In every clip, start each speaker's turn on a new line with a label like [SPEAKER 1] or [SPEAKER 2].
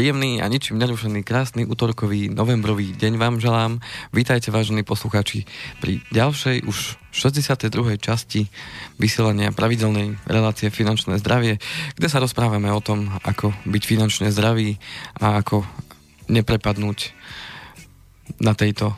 [SPEAKER 1] Príjemný a ničím nerušený, krásny, utorkový, novembrový deň vám želám. Vítajte, vážení poslucháči, pri ďalšej už 62. časti vysielania pravidelnej relácie Finančné zdravie, kde sa rozprávame o tom, ako byť finančne zdravý a ako neprepadnúť na tejto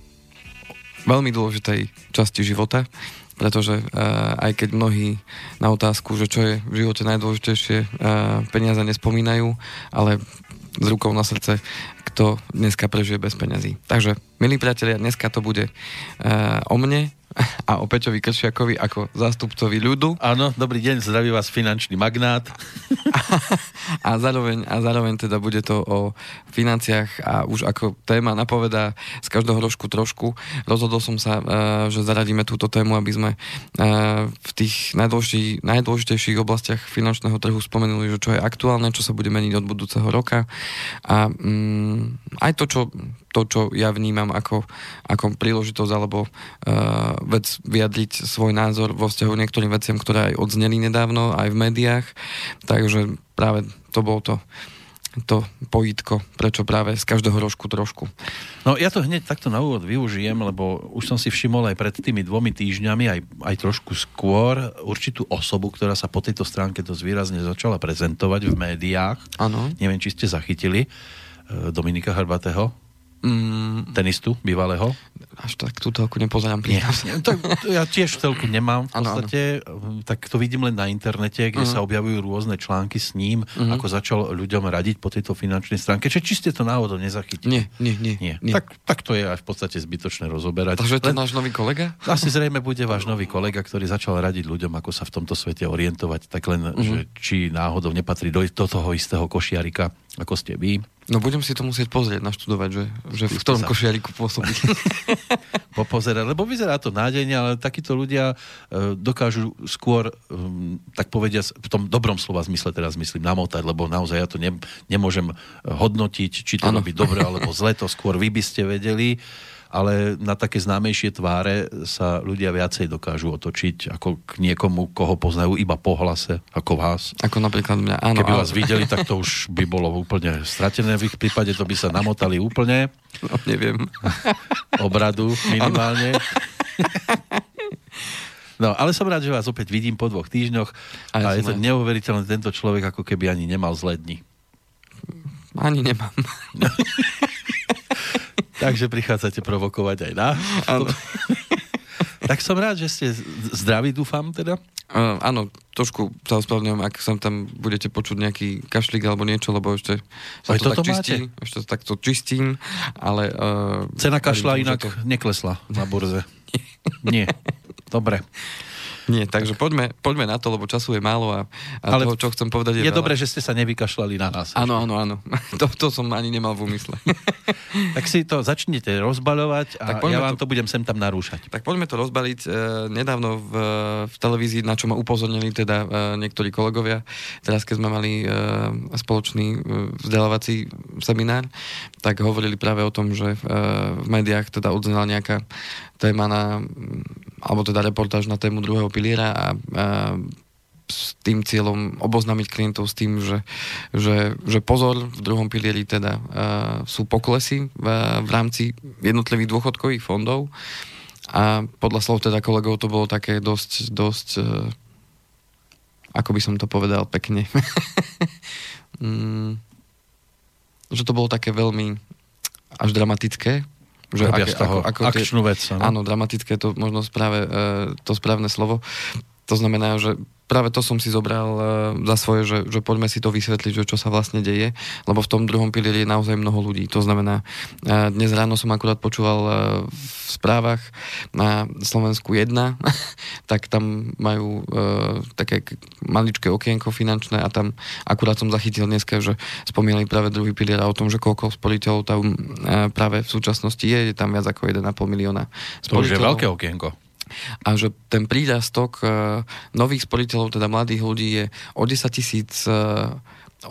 [SPEAKER 1] veľmi dôležitej časti života. Pretože aj keď mnohí na otázku, že čo je v živote najdôležitejšie, peniaze nespomínajú, ale s rukou na srdce, kto dneska prežije bez peňazí. Takže, milí priatelia, dneska to bude o mne a o Peťovi Kršiakovi ako zástupcovi ľudu.
[SPEAKER 2] Áno, dobrý deň, zdraví vás finančný magnát.
[SPEAKER 1] A zároveň teda bude to o financiách a už ako téma napovedá z každého rožku trošku. Rozhodol som sa, že zaradíme túto tému, aby sme v tých najdôležitejších oblastiach finančného trhu spomenuli, že čo je aktuálne, čo sa bude meniť od budúceho roka a aj to, čo ja vnímam ako príležitosť alebo vec vyjadriť svoj názor vo vzťahu k niektorým veciam, ktoré aj odzneli nedávno, aj v médiách. Takže práve to bolo to pojítko, prečo práve z každého rožku trošku.
[SPEAKER 2] No ja to hneď takto na úvod využijem, lebo už som si všimol aj pred tými 2 týždňami, aj trošku skôr, určitú osobu, ktorá sa po tejto stránke dosť výrazne začala prezentovať v médiách.
[SPEAKER 1] Áno.
[SPEAKER 2] Neviem, či ste zachytili Dominika Hrbatého. Tenistu, bývalého.
[SPEAKER 1] Až tak tú telku nepozerám.
[SPEAKER 2] Ja tiež telku nemám v podstate, tak to vidím len na internete, kde sa objavujú rôzne články s ním, ako začal ľuďom radiť po tejto finančnej stránke. Či ste to náhodou nezachytili? Nie. Tak to je aj v podstate zbytočné rozoberať.
[SPEAKER 1] Takže to náš nový kolega?
[SPEAKER 2] Asi zrejme bude váš nový kolega, ktorý začal radiť ľuďom, ako sa v tomto svete orientovať, tak len, že či náhodou nepatrí do toho istého košiarika, ako ste vy.
[SPEAKER 1] No budem si to musieť pozrieť, naštudovať, že v ktorom košiariku pôsobí.
[SPEAKER 2] Popozerať, lebo vyzerá to nádejne, ale takíto ľudia dokážu skôr, tak povediať, v tom dobrom slova zmysle teraz myslím, namotať, lebo naozaj ja to nemôžem hodnotiť, či to robí dobre alebo zle, to skôr vy by ste vedeli, ale na také známejšie tváre sa ľudia viacej dokážu otočiť ako k niekomu, koho poznajú iba po hlase, ako vás.
[SPEAKER 1] Ako napríklad mňa, áno.
[SPEAKER 2] Keby vás videli, tak to už by bolo úplne stratené. V ich prípade to by sa namotali úplne.
[SPEAKER 1] No, neviem.
[SPEAKER 2] Obradu minimálne. No, ale som rád, že vás opäť vidím po 2 týždňoch a je to neuveriteľné, tento človek ako keby ani nemal zlé dni.
[SPEAKER 1] Ani nemám.
[SPEAKER 2] Takže prichádzate provokovať aj nás. Tak som rád, že ste zdraví, dúfam teda.
[SPEAKER 1] Áno, trošku sa ospravedlňujem, ak sa tam budete počuť nejaký kašlík alebo niečo, lebo ešte sa to tak čistí. Ešte sa takto čistím, ale...
[SPEAKER 2] Cena kašľa inak neklesla na burze. Nie. Dobre.
[SPEAKER 1] Nie, takže poďme na to, lebo času je málo a ale toho, čo chcem povedať,
[SPEAKER 2] je dobré, že ste sa nevykašľali na nás.
[SPEAKER 1] Áno. To som ani nemal v úmysle.
[SPEAKER 2] Tak si to začnite rozbaľovať a ja vám to budem sem tam narúšať.
[SPEAKER 1] Tak poďme to rozbaliť. Nedávno v televízii, na čo ma upozornili teda niektorí kolegovia, teraz keď sme mali spoločný vzdelávací seminár, tak hovorili práve o tom, že v médiách teda odznala nejaká téma alebo teda reportáž na tému druhého piliera a s tým cieľom oboznámiť klientov s tým, že pozor, v druhom pilieri teda sú poklesy v rámci jednotlivých dôchodkových fondov a podľa slov teda kolegov to bolo také dosť ako by som to povedal pekne že to bolo také veľmi až dramatické, že ako
[SPEAKER 2] akčnú vec.
[SPEAKER 1] Áno, dramatické je to možno to správne slovo. To znamená, že práve to som si zobral za svoje, že poďme si to vysvetliť, že čo sa vlastne deje, lebo v tom druhom pilieri je naozaj mnoho ľudí. To znamená, dnes ráno som akurát počúval v správach na Slovensku 1, tak tam majú také maličké okienko finančné a tam akurát som zachytil dneska, že spomínali práve druhý pilier a o tom, že koľko sporiteľov tam práve v súčasnosti je tam viac ako 1,5 milióna sporiteľov. To
[SPEAKER 2] už je veľké okienko.
[SPEAKER 1] A že ten prírastok nových sporiteľov, teda mladých ľudí je o 10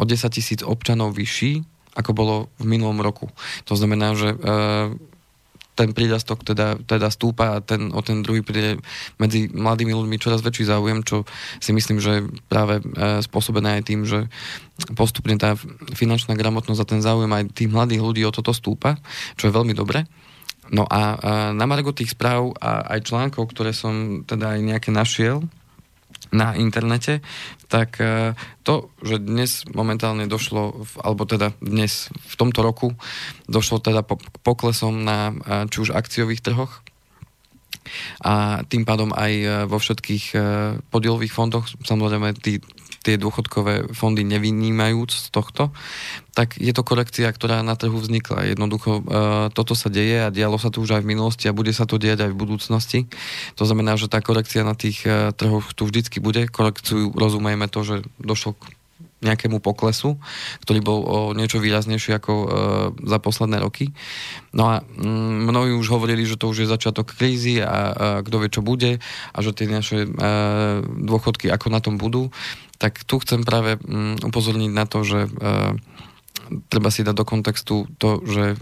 [SPEAKER 1] 000 občanov vyšší, ako bolo v minulom roku. To znamená, že ten prírastok teda stúpa a o ten druhý pilier medzi mladými ľuďmi čoraz väčší záujem, čo si myslím, že je práve spôsobené aj tým, že postupne tá finančná gramotnosť a ten záujem aj tých mladých ľudí o toto stúpa, čo je veľmi dobre. No a na margo tých správ a aj článkov, ktoré som teda aj nejaké našiel na internete, tak to, že dnes momentálne došlo, alebo teda dnes v tomto roku došlo teda k poklesom na či už akciových trhoch a tým pádom aj vo všetkých podielových fondoch, samozrejme tie dôchodkové fondy nevynímajúc z tohto, tak je to korekcia, ktorá na trhu vznikla. Jednoducho toto sa deje a dialo sa to už aj v minulosti a bude sa to diať aj v budúcnosti. To znamená, že tá korekcia na tých trhoch tu vždycky bude. Korekciu rozumejme to, že došlo k nejakému poklesu, ktorý bol o niečo výraznejší ako za posledné roky. No a mnohí už hovorili, že to už je začiatok krízy a kto vie, čo bude a že tie naše dôchodky ako na tom budú. Tak tu chcem práve upozorniť na to, že treba si dať do kontextu to, že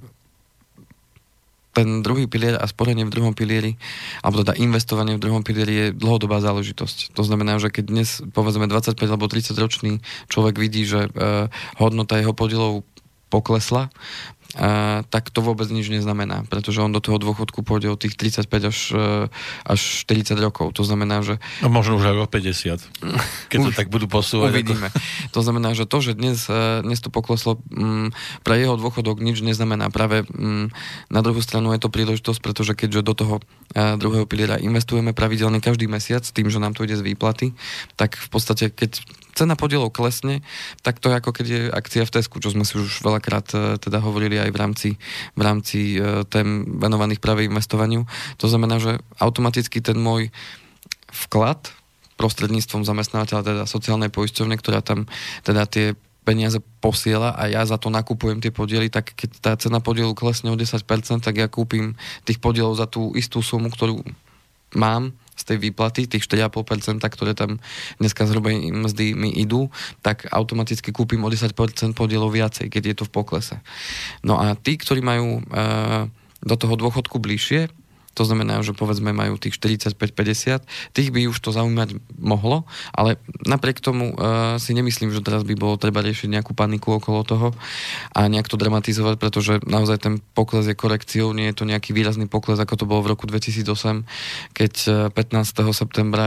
[SPEAKER 1] ten druhý pilier a sporenie v druhom pilieri, alebo teda investovanie v druhom pilieri je dlhodobá záležitosť. To znamená, že keď dnes povedzme 25 alebo 30 ročný človek vidí, že hodnota jeho podielov poklesla, tak to vôbec nič neznamená, pretože on do toho dôchodku pôjde od tých 35 až 40 rokov. To znamená, že...
[SPEAKER 2] No možno už aj o 50, keď to tak budú posúvať.
[SPEAKER 1] Uvidíme. To znamená, že to, že dnes to pokleslo, pre jeho dôchodok nič neznamená. Práve na druhú stranu je to príležitosť, pretože keďže do toho druhého piliera investujeme pravidelne každý mesiac, tým, že nám to ide z výplaty, tak v podstate, keď cena podielov klesne, tak to je ako keď je akcia v Tesku, čo sme si už veľakrát teda hovorili aj v rámci tém venovaných práve investovaniu. To znamená, že automaticky ten môj vklad prostredníctvom zamestnávateľa, teda sociálnej poisťovne, ktorá tam teda tie peniaze posiela a ja za to nakupujem tie podiely, tak keď tá cena podielu klesne o 10%, tak ja kúpim tých podielov za tú istú sumu, ktorú mám z tej výplaty, tých 4,5%, ktoré tam dneska zhruba mzdy mi idú, tak automaticky kúpim o 10% podielov viacej, keď je to v poklese. No a tí, ktorí majú do toho dôchodku bližšie, to znamená, že povedzme majú tých 45-50, tých by už to zaujímať mohlo, ale napriek tomu si nemyslím, že teraz by bolo treba riešiť nejakú paniku okolo toho a nejak to dramatizovať, pretože naozaj ten pokles je korekciou, nie je to nejaký výrazný pokles, ako to bolo v roku 2008, keď 15. septembra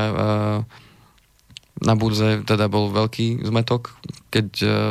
[SPEAKER 1] na burze teda bol veľký zmetok, keď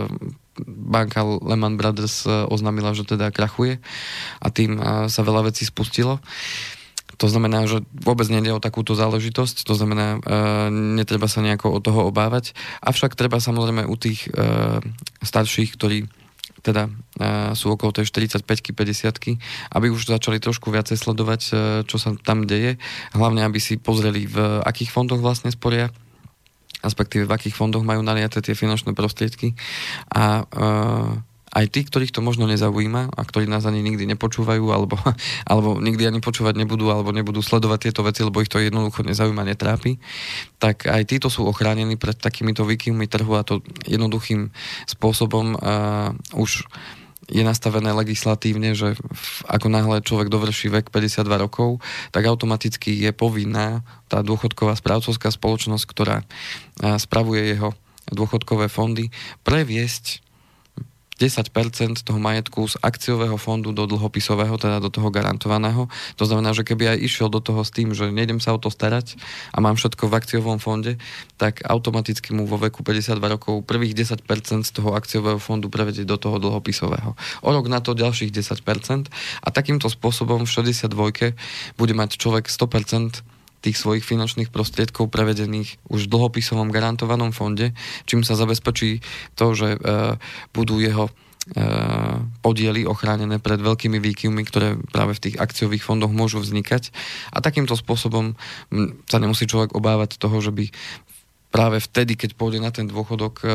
[SPEAKER 1] banka Lehman Brothers oznámila, že teda krachuje a tým sa veľa vecí spustilo. To znamená, že vôbec nejde o takúto záležitosť, to znamená, netreba sa nejako od toho obávať, avšak treba samozrejme u tých starších, ktorí teda sú okolo tej 45-ky, 50-ky, aby už začali trošku viacej sledovať, čo sa tam deje, hlavne aby si pozreli, v akých fondoch vlastne sporia, respektíve v akých fondoch majú naliaté tie finančné prostriedky a aj tí, ktorých to možno nezaujíma a ktorí nás ani nikdy nepočúvajú alebo nikdy ani počúvať nebudú alebo nebudú sledovať tieto veci, lebo ich to jednoducho nezaujíma, netrápi, tak aj títo sú ochránení pred takýmito výkyvmi trhu a to jednoduchým spôsobom už je nastavené legislatívne, že ako náhle človek dovrší vek 52 rokov, tak automaticky je povinná tá dôchodková správcovská spoločnosť, ktorá spravuje jeho dôchodkové fondy, previesť 10% toho majetku z akciového fondu do dlhopisového, teda do toho garantovaného. To znamená, že keby aj išiel do toho s tým, že nejdem sa o to starať a mám všetko v akciovom fonde, tak automaticky mu vo veku 52 rokov prvých 10% z toho akciového fondu prevedie do toho dlhopisového. O rok na to ďalších 10% a takýmto spôsobom v 62 bude mať človek 100% tých svojich finančných prostriedkov prevedených už v dlhopisovom garantovanom fonde, čím sa zabezpečí to, že budú jeho podiely ochránené pred veľkými výkyvmi, ktoré práve v tých akciových fondoch môžu vznikať. A takýmto spôsobom sa nemusí človek obávať toho, že by práve vtedy, keď pôjde na ten dôchodok,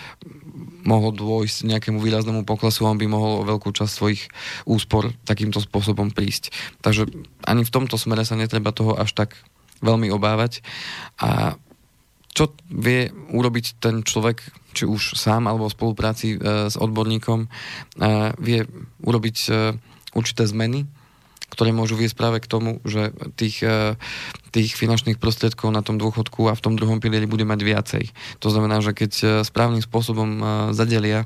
[SPEAKER 1] mohol dôjsť nejakému výraznému poklesu, on by mohol o veľkú časť svojich úspor takýmto spôsobom prísť. Takže ani v tomto smere sa netreba toho až tak veľmi obávať. A čo vie urobiť ten človek, či už sám, alebo v spolupráci s odborníkom, vie urobiť určité zmeny, ktoré môžu viesť práve k tomu, že tých finančných prostriedkov na tom dôchodku a v tom druhom pilieri bude mať viacej. To znamená, že keď správnym spôsobom zadelia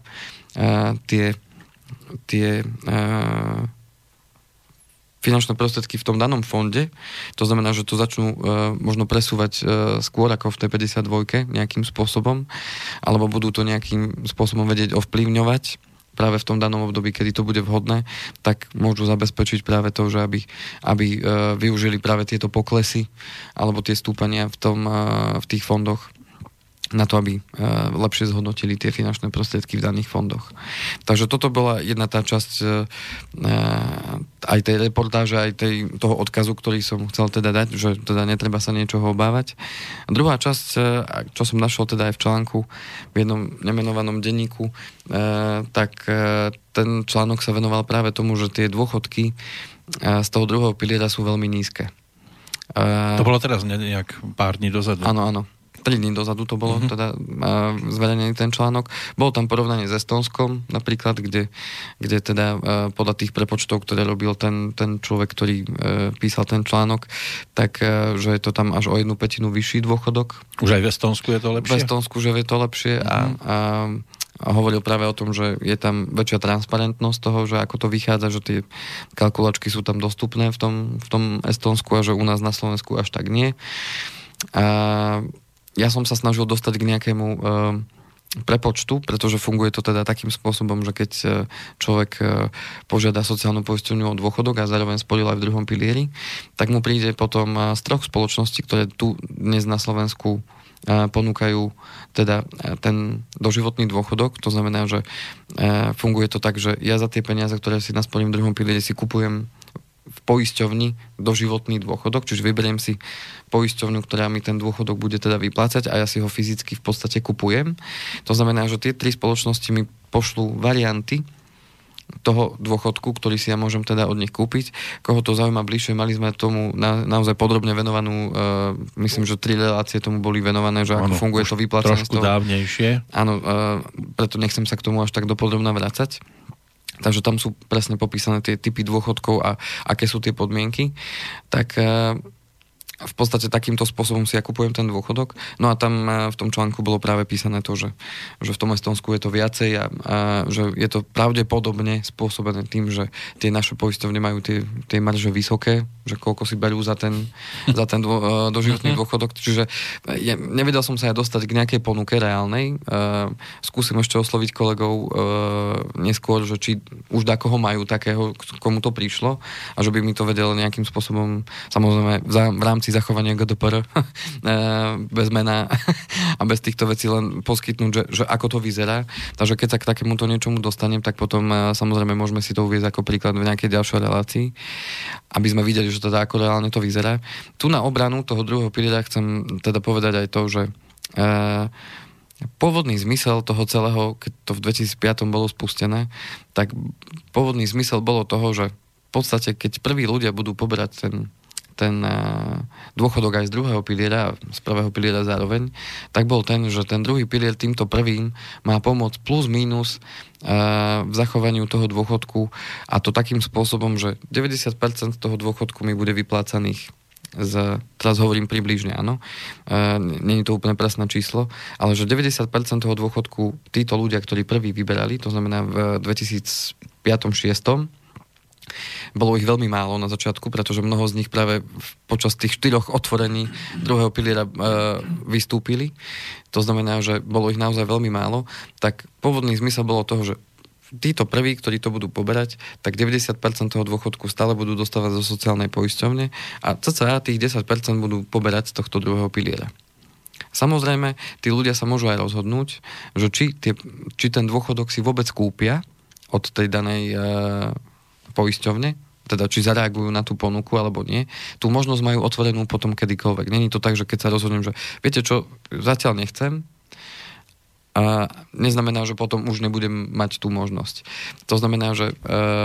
[SPEAKER 1] tie finančné prostriedky v tom danom fonde, to znamená, že to začnú možno presúvať skôr ako v tej 52 nejakým spôsobom, alebo budú to nejakým spôsobom vedieť ovplyvňovať práve v tom danom období, kedy to bude vhodné, tak môžu zabezpečiť práve to, že aby využili práve tieto poklesy alebo tie stúpania v tých fondoch na to, aby lepšie zhodnotili tie finančné prostriedky v daných fondoch. Takže toto bola jedna tá časť aj tej reportáže, aj toho odkazu, ktorý som chcel teda dať, že teda netreba sa niečoho obávať. A druhá časť, čo som našiel teda aj v článku v jednom nemenovanom denníku, tak ten článok sa venoval práve tomu, že tie dôchodky z toho druhého piliera sú veľmi nízke.
[SPEAKER 2] To bolo teraz nejak pár dní dozadu.
[SPEAKER 1] Áno. 3 dní dozadu to bolo teda zverejnený ten článok. Bolo tam porovnanie s Estonskom napríklad, kde teda podľa tých prepočtov, ktoré robil ten človek, ktorý písal ten článok, tak že je to tam až o 1/5 vyšší dôchodok.
[SPEAKER 2] Už aj v Estonsku je to lepšie?
[SPEAKER 1] V Estonsku, že je to lepšie a hovoril práve o tom, že je tam väčšia transparentnosť toho, že ako to vychádza, že tie kalkulačky sú tam dostupné v tom Estonsku a že u nás na Slovensku až tak nie. Ja som sa snažil dostať k nejakému prepočtu, pretože funguje to teda takým spôsobom, že keď človek požiada sociálnu poisťovňu o dôchodok a zároveň sporil aj v druhom pilieri, tak mu príde potom z 3 spoločností, ktoré tu dnes na Slovensku ponúkajú teda ten doživotný dôchodok. To znamená, že funguje to tak, že ja za tie peniaze, ktoré si nasporím v druhom pilieri, si kupujem v poisťovni doživotný dôchodok, čiže vyberiem si poisťovňu, ktorá mi ten dôchodok bude teda vyplácať a ja si ho fyzicky v podstate kupujem. To znamená, že tie 3 spoločnosti mi pošlú varianty toho dôchodku, ktorý si ja môžem teda od nich kúpiť. Koho to zaujíma bližšie, mali sme tomu naozaj podrobne venovanú, myslím, že 3 relácie tomu boli venované, že ako funguje to vyplácanie.
[SPEAKER 2] Trošku dávnejšie.
[SPEAKER 1] Áno, preto nechcem sa k tomu až tak dopodrobne vracať. Takže tam sú presne popísané tie typy dôchodkov a aké sú tie podmienky. Tak v podstate takýmto spôsobom si ja kupujem ten dôchodok. No a tam v tom článku bolo práve písané to, že v tom Estonsku je to viacej a že je to pravdepodobne spôsobené tým, že tie naše poisťovne majú tie marže vysoké, že koľko si berú za ten doživotný dôchodok. Čiže nevedel som sa aj dostať k nejakej ponuke reálnej. Skúsim ešte osloviť kolegov neskôr, že či už koho majú takého, komu to prišlo a že by mi to vedel nejakým spôsobom, samozrejme v rámci zachovania GDPR bez mena a bez týchto vecí len poskytnúť, že ako to vyzerá. Takže keď sa k takémuto niečomu dostanem, tak potom samozrejme môžeme si to uvieť ako príklad v nejakej ďalšej relácii, aby sme videli, že teda ako reálne to vyzerá. Tu na obranu toho druhého piliera chcem teda povedať aj to, že pôvodný zmysel toho celého, keď to v 2005 bolo spustené, tak pôvodný zmysel bolo toho, že v podstate, keď prví ľudia budú poberať ten dôchodok aj z druhého piliera, z prvého piliera zároveň, tak bol ten, že ten druhý pilier týmto prvým má pomôcť plus mínus v zachovaniu toho dôchodku a to takým spôsobom, že 90% toho dôchodku mi bude vyplácaných teraz hovorím približne, áno, nie je to úplne presné číslo, ale že 90% toho dôchodku títo ľudia, ktorí prvý vyberali, to znamená v 2005-2006, bolo ich veľmi málo na začiatku, pretože mnoho z nich práve počas tých 4 otvorení druhého piliera vystúpili. To znamená, že bolo ich naozaj veľmi málo. Tak pôvodný zmysel bolo toho, že títo prví, ktorí to budú poberať, tak 90% toho dôchodku stále budú dostávať zo sociálnej poisťovne a cca tých 10% budú poberať z tohto druhého piliera. Samozrejme, tí ľudia sa môžu aj rozhodnúť, že či ten dôchodok si vôbec kúpia od tej danej poisťovne, teda či zareagujú na tú ponuku alebo nie. Tú možnosť majú otvorenú potom kedykoľvek. Není to tak, že keď sa rozhodnem, že viete čo, zatiaľ nechcem, a neznamená, že potom už nebudem mať tú možnosť. To znamená, že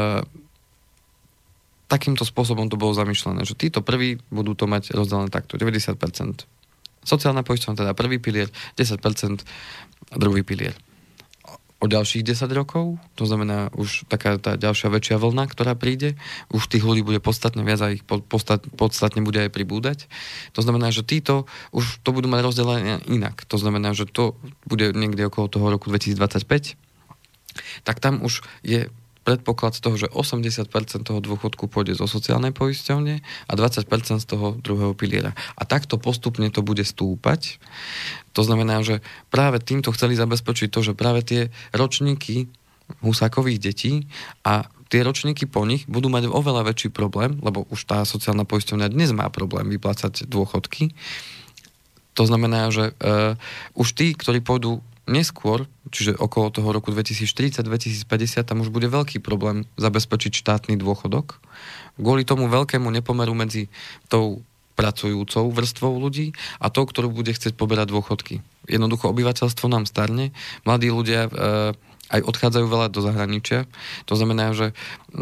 [SPEAKER 1] takýmto spôsobom to bolo zamýšľané, že títo prví budú to mať rozdelené takto, 90% sociálna poisťovňa, teda prvý pilier, 10% druhý pilier. o ďalších 10 rokov, to znamená už taká tá ďalšia väčšia vlna, ktorá príde, už tých ľudí bude podstatne viac a ich podstatne bude aj pribúdať. To znamená, že títo už to budú mať rozdelené inak. To znamená, že to bude niekde okolo toho roku 2025, tak tam už je predpoklad z toho, že 80% toho dôchodku pôjde zo sociálnej poisťovne a 20% z toho druhého piliera. A takto postupne to bude stúpať. To znamená, že práve týmto chceli zabezpečiť to, že práve tie ročníky Husákových detí a tie ročníky po nich budú mať oveľa väčší problém, lebo už tá sociálna poisťovňa dnes má problém vyplácať dôchodky. To znamená, že už tí, ktorí pôjdu neskôr, čiže okolo toho roku 2040-2050, tam už bude veľký problém zabezpečiť štátny dôchodok. Kvôli tomu veľkému nepomeru medzi tou pracujúcou vrstvou ľudí a tou, ktorú bude chcieť poberať dôchodky. Jednoducho obyvateľstvo nám starne, mladí ľudia aj odchádzajú veľa do zahraničia. To znamená, že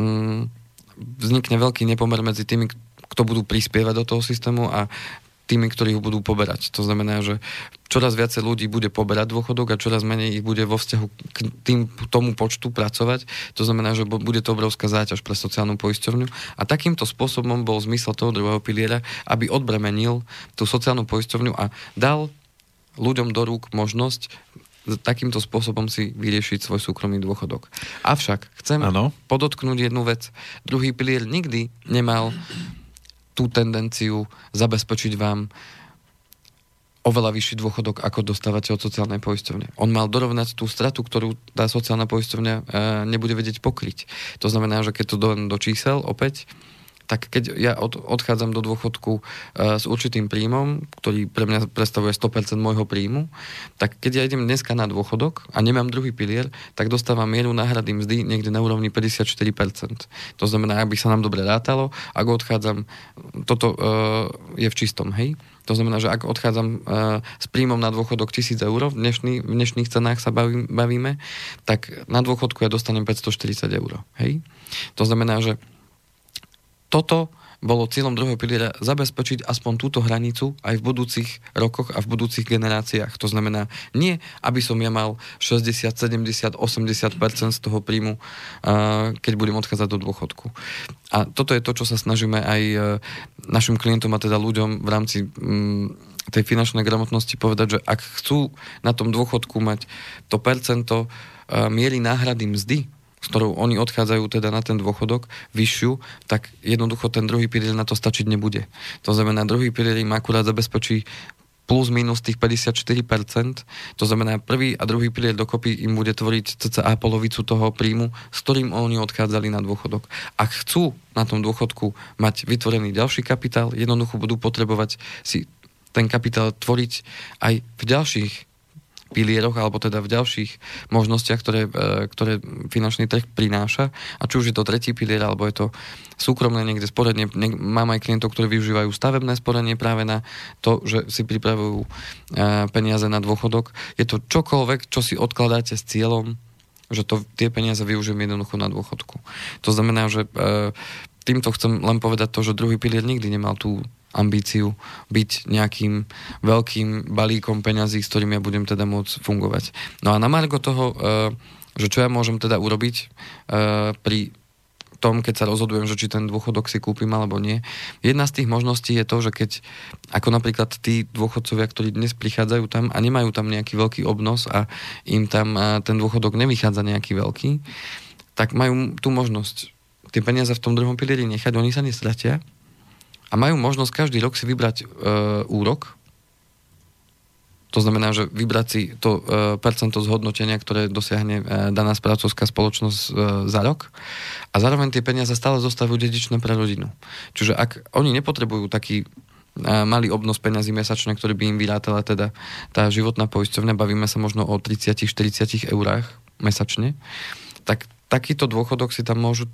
[SPEAKER 1] vznikne veľký nepomer medzi tými, kto budú prispievať do toho systému a tými, ktorí ho budú poberať. To znamená, že čoraz viacej ľudí bude poberať dôchodok a čoraz menej ich bude vo vzťahu k tomu počtu pracovať. To znamená, že bude to obrovská záťaž pre sociálnu poisťovňu. A takýmto spôsobom bol zmysel toho druhého piliera, aby odbremenil tú sociálnu poisťovňu a dal ľuďom do rúk možnosť takýmto spôsobom si vyriešiť svoj súkromný dôchodok. Avšak chcem podotknúť jednu vec. Druhý pilier nikdy nemal tú tendenciu zabezpečiť vám oveľa vyšší dôchodok, ako dostávate od sociálnej poisťovne. On mal dorovnať tú stratu, ktorú tá sociálna poisťovňa nebude vedieť pokryť. To znamená, že keď to do čísel opäť, tak keď ja odchádzam do dôchodku s určitým príjmom, ktorý pre mňa predstavuje 100% môjho príjmu, tak keď ja idem dneska na dôchodok a nemám druhý pilier, tak dostávam mieru náhrady mzdy niekde na úrovni 54%. To znamená, ak by sa nám dobre rátalo, ak odchádzam, toto je v čistom, hej? To znamená, že ak odchádzam s príjmom na dôchodok 1000 eur, v dnešných cenách sa bavíme, tak na dôchodku ja dostanem 540 eur, hej? To znamená, že toto bolo cieľom druhého piliera zabezpečiť aspoň túto hranicu aj v budúcich rokoch a v budúcich generáciách. To znamená, nie aby som ja mal 60, 70, 80% z toho príjmu, keď budem odchádzať do dôchodku. A toto je to, čo sa snažíme aj našim klientom a teda ľuďom v rámci tej finančnej gramotnosti povedať, že ak chcú na tom dôchodku mať to percento miery náhrady mzdy, s ktorou oni odchádzajú teda na ten dôchodok vyššiu, tak jednoducho ten druhý pilier na to stačiť nebude. To znamená, druhý pilier im akurát zabezpečí plus minus tých 54%, to znamená prvý a druhý pilier dokopy im bude tvoriť cca polovicu toho príjmu, s ktorým oni odchádzali na dôchodok. Ak chcú na tom dôchodku mať vytvorený ďalší kapitál, jednoducho budú potrebovať si ten kapitál tvoriť aj v ďalších pilieroch, alebo teda v ďalších možnostiach, ktoré finančný trh prináša. A či už je to tretí pilier, alebo je to súkromné niekde sporenie. Mám aj klientov, ktorí využívajú stavebné sporenie práve na to, že si pripravujú peniaze na dôchodok. Je to čokoľvek, čo si odkladáte s cieľom, že tie peniaze využijem jednoducho na dôchodku. To znamená, že týmto chcem len povedať to, že druhý pilier nikdy nemal tú ambíciu byť nejakým veľkým balíkom peňazí, s ktorým ja budem teda môcť fungovať. No a na margo toho, že čo ja môžem teda urobiť pri tom, keď sa rozhodujem, že či ten dôchodok si kúpim alebo nie. Jedna z tých možností je to, že keď, ako napríklad tí dôchodcovia, ktorí dnes prichádzajú tam a nemajú tam nejaký veľký obnos a im tam ten dôchodok nevychádza nejaký veľký, tak majú tú možnosť tie peniaze v tom druhom pilieri nechať, oni sa nestratia. A majú možnosť každý rok si vybrať úrok. To znamená, že vybrať si to percento zhodnotenia, ktoré dosiahne daná správcovská spoločnosť za rok. A zároveň tie peniaze stále zostávajú dedičné pre rodinu. Čiže ak oni nepotrebujú taký malý obnos peňazí mesačne, ktorý by im vyrátala teda tá životná poisťovňa, bavíme sa možno o 30-40 eurách mesačne, tak takýto dôchodok si tam môžu,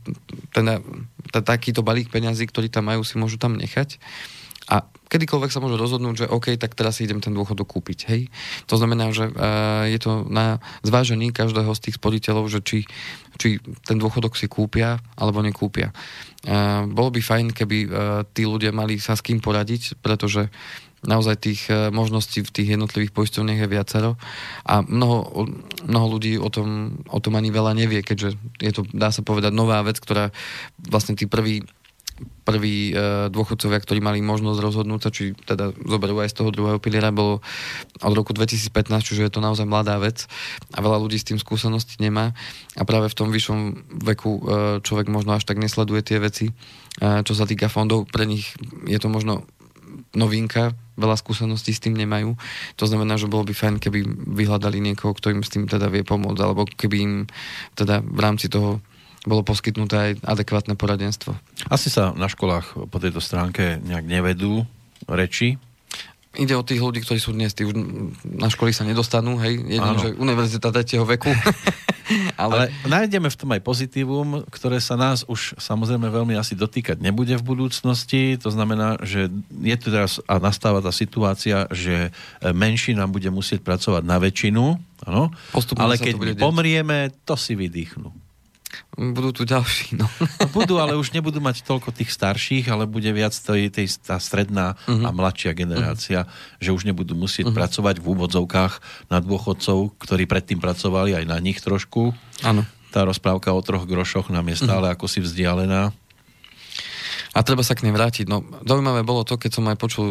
[SPEAKER 1] takýto balík peňazí, ktorý tam majú, si môžu tam nechať. A kedykoľvek sa môžu rozhodnúť, že OK, tak teraz si idem ten dôchodok kúpiť. Hej? To znamená, že je to na zvážení každého z tých sporiteľov, že či ten dôchodok si kúpia alebo nekúpia. Bolo by fajn, keby tí ľudia mali sa s kým poradiť, pretože naozaj tých možností v tých jednotlivých poisťovniach je viacero a mnoho ľudí o tom ani veľa nevie, keďže je to, dá sa povedať, nová vec, ktorá vlastne tí prví dôchodcovia, ktorí mali možnosť rozhodnúť sa, či teda zoberú aj z toho druhého piliera, bolo od roku 2015, čiže je to naozaj mladá vec a veľa ľudí s tým skúsenosti nemá a práve v tom vyššom veku človek možno až tak nesleduje tie veci, čo sa týka fondov, pre nich je to možno novinka, veľa skúseností s tým nemajú. To znamená, že bolo by fajn, keby vyhľadali niekoho, kto im s tým teda vie pomôcť, alebo keby im teda v rámci toho bolo poskytnuté aj adekvátne poradenstvo.
[SPEAKER 2] Asi sa na školách po tejto stránke nejak nevedú reči.
[SPEAKER 1] Ide o tých ľudí, ktorí sú dnes, tí už na školy sa nedostanú, hej, jedine, že univerzita tretieho veku. Ale
[SPEAKER 2] nájdeme v tom aj pozitívum, ktoré sa nás už samozrejme veľmi asi dotýkať nebude v budúcnosti. To znamená, že je tu teraz a nastáva tá situácia, že menšina bude musieť pracovať na väčšinu, áno, ale keď my pomrieme, to si vydýchnú.
[SPEAKER 1] Budú tu ďalší, no.
[SPEAKER 2] Budú, ale už nebudú mať toľko tých starších, ale bude viac tá stredná a mladšia generácia, že už nebudú musieť pracovať v úvodzovkách na dôchodcov, ktorí predtým pracovali aj na nich trošku.
[SPEAKER 1] Áno.
[SPEAKER 2] Tá rozprávka o 3 grošoch nám je stále ako si vzdialená.
[SPEAKER 1] A treba sa k nej vrátiť. No, zaujímavé bolo to, keď som aj počul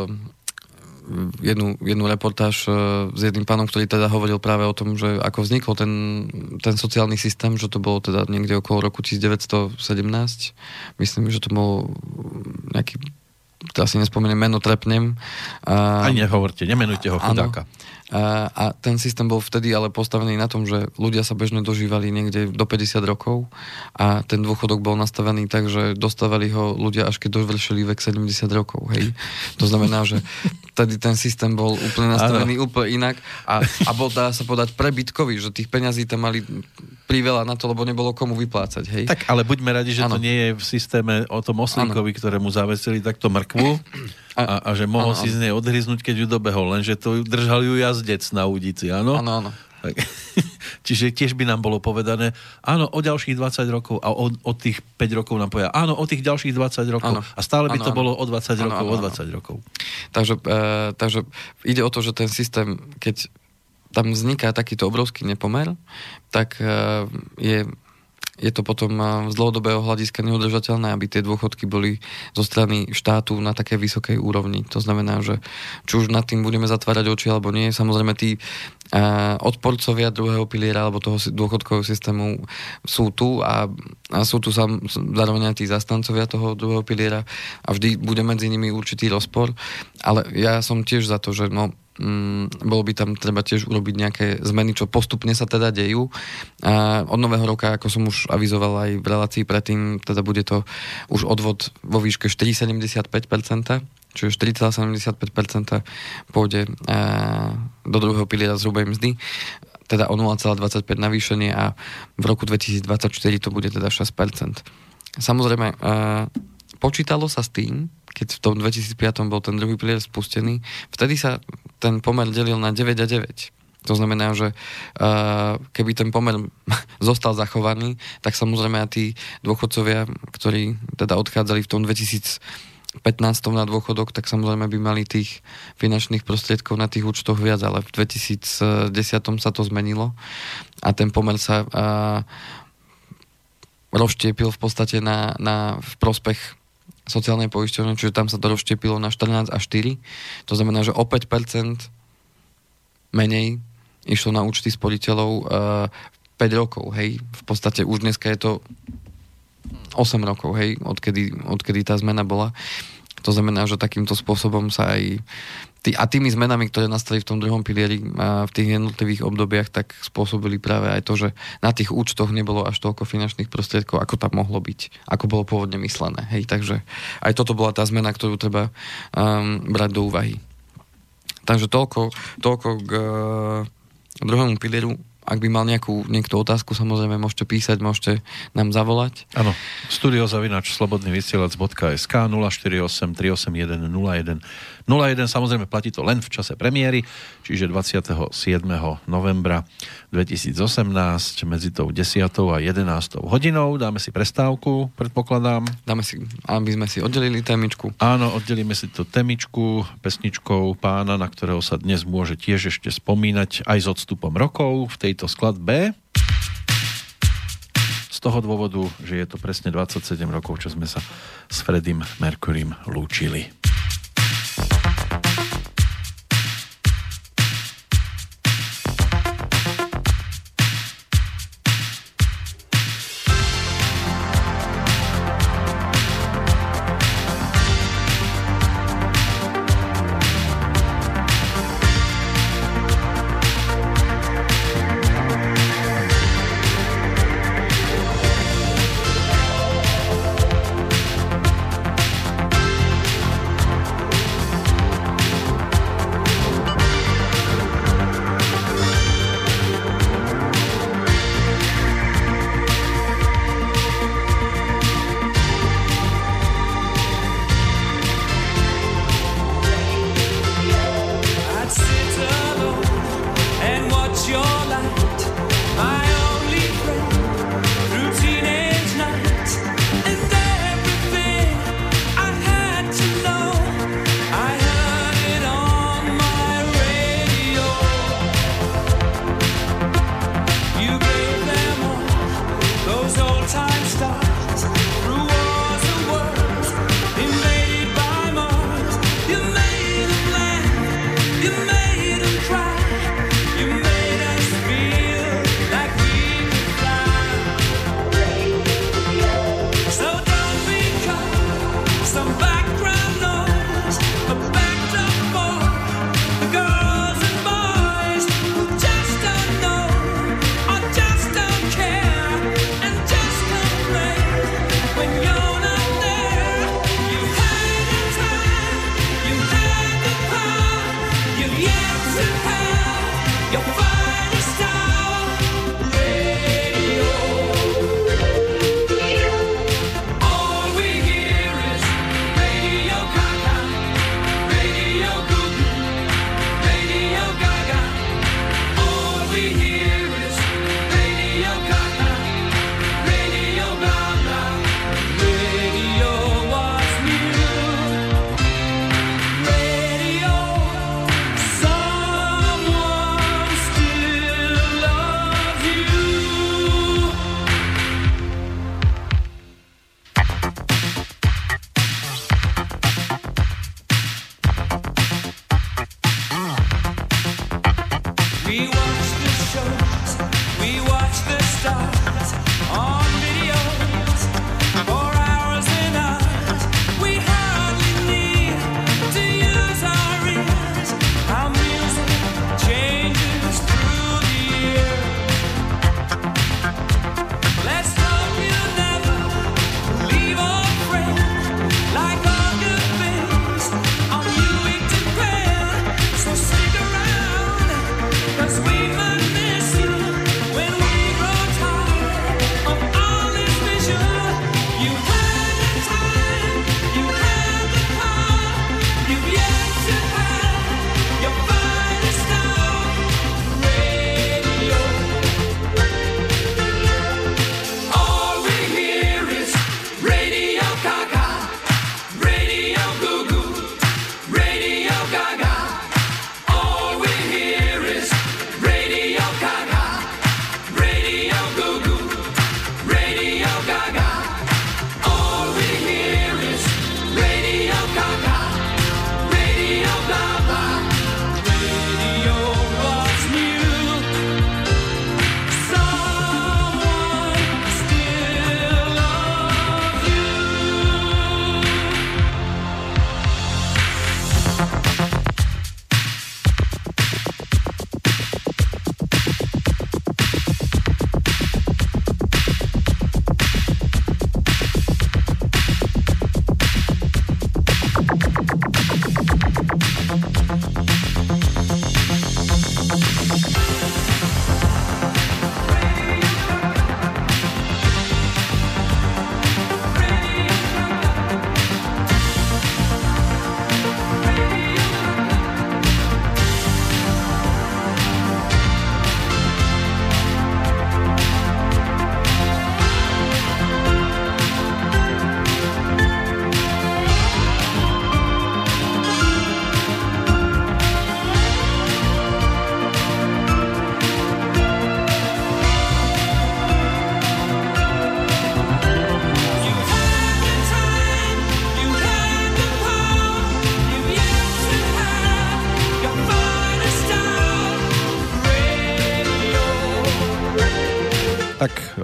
[SPEAKER 1] jednu reportáž s jedným pánom, ktorý teda hovoril práve o tom, že ako vznikol ten sociálny systém, že to bolo teda niekde okolo roku 1917. Myslím, že to bolo nejaký, teraz si nespomeniem, meno trepnem.
[SPEAKER 2] Ani nehovorte, nemenujte ho, chudáka.
[SPEAKER 1] A ten systém bol vtedy ale postavený na tom, že ľudia sa bežne dožívali niekde do 50 rokov a ten dôchodok bol nastavený tak, že dostávali ho ľudia až keď dovršili vek 70 rokov. Hej. To znamená, že tedy ten systém bol úplne nastavený úplne inak a bol, dá sa povedať, prebytkový, že tých peňazí tam mali priveľa na to, lebo nebolo komu vyplácať. Hej.
[SPEAKER 2] Tak, ale buďme radi, že to nie je v systéme o tom oslíkovi, ktorému zavesili takto mrkvu a že mohol si z nej odhryznúť, keď ju dobehol, lenže to držal ju jazdec na údici, áno?
[SPEAKER 1] Áno.
[SPEAKER 2] Čiže tiež by nám bolo povedané, áno, o ďalších 20 rokov a o tých 5 rokov nám povedia, áno, o tých ďalších 20 rokov a stále by to bolo o 20 rokov, o 20 rokov.
[SPEAKER 1] Takže ide o to, že ten systém, keď tam vzniká takýto obrovský nepomer, tak je to potom z dlhodobého hľadiska neudržateľné, aby tie dôchodky boli zo strany štátu na také vysokej úrovni. To znamená, že či už nad tým budeme zatvárať oči alebo nie, samozrejme tí odporcovia druhého piliera alebo toho dôchodkového systému sú tu a sú tu zároveň aj tí zastancovia toho druhého piliera a vždy bude medzi nimi určitý rozpor, ale ja som tiež za to, že bolo by tam treba tiež urobiť nejaké zmeny, čo postupne sa teda dejú. Od nového roka, ako som už avizoval aj v relácii predtým, teda bude to už odvod vo výške 4,75%, čiže 4,75% pôjde do druhého piliera z hrubej mzdy, teda o 0,25 navýšenie a v roku 2024 to bude teda 6%. Samozrejme, počítalo sa s tým, keď v tom 2005 bol ten druhý pilier spustený, vtedy sa ten pomer delil na 9 a 9. To znamená, že keby ten pomer zostal zachovaný, tak samozrejme aj tí dôchodcovia, ktorí teda odchádzali v tom 2015 na dôchodok, tak samozrejme by mali tých finančných prostriedkov na tých účtoch viac, ale v 2010 sa to zmenilo a ten pomer sa rozštiepil v podstate v prospech sociálnej poisťovne, čiže tam sa to rozštiepilo na 14 a 4. To znamená, že o 5% menej išlo na účty sporiteľov 5 rokov, hej. V podstate už dneska je to 8 rokov, hej, odkedy tá zmena bola. To znamená, že takýmto spôsobom sa aj tými zmenami, ktoré nastali v tom druhom pilieri a v tých jednotlivých obdobiach, tak spôsobili práve aj to, že na tých účtoch nebolo až toľko finančných prostriedkov, ako tam mohlo byť, ako bolo pôvodne myslené. Hej, takže aj toto bola tá zmena, ktorú treba brať do úvahy. Takže toľko k druhému pilieru. Ak by mal niekto otázku, samozrejme môžete písať, môžete nám zavolať.
[SPEAKER 2] Áno, studio@slobodnyvysielac.sk 048 381 01 01 samozrejme platí to len v čase premiéry, čiže 27. novembra 2018 medzi tou 10. a 11. hodinou. Dáme si prestávku, predpokladám.
[SPEAKER 1] Dáme si, aby sme si oddelili témičku.
[SPEAKER 2] Áno, oddelíme si tú témičku pesničkou pána, na ktorého sa dnes môže tiež ešte spomínať aj s odstupom rokov v tejto skladbe. Z toho dôvodu, že je to presne 27 rokov, čo sme sa s Freddym Mercurym lúčili.
[SPEAKER 3] Play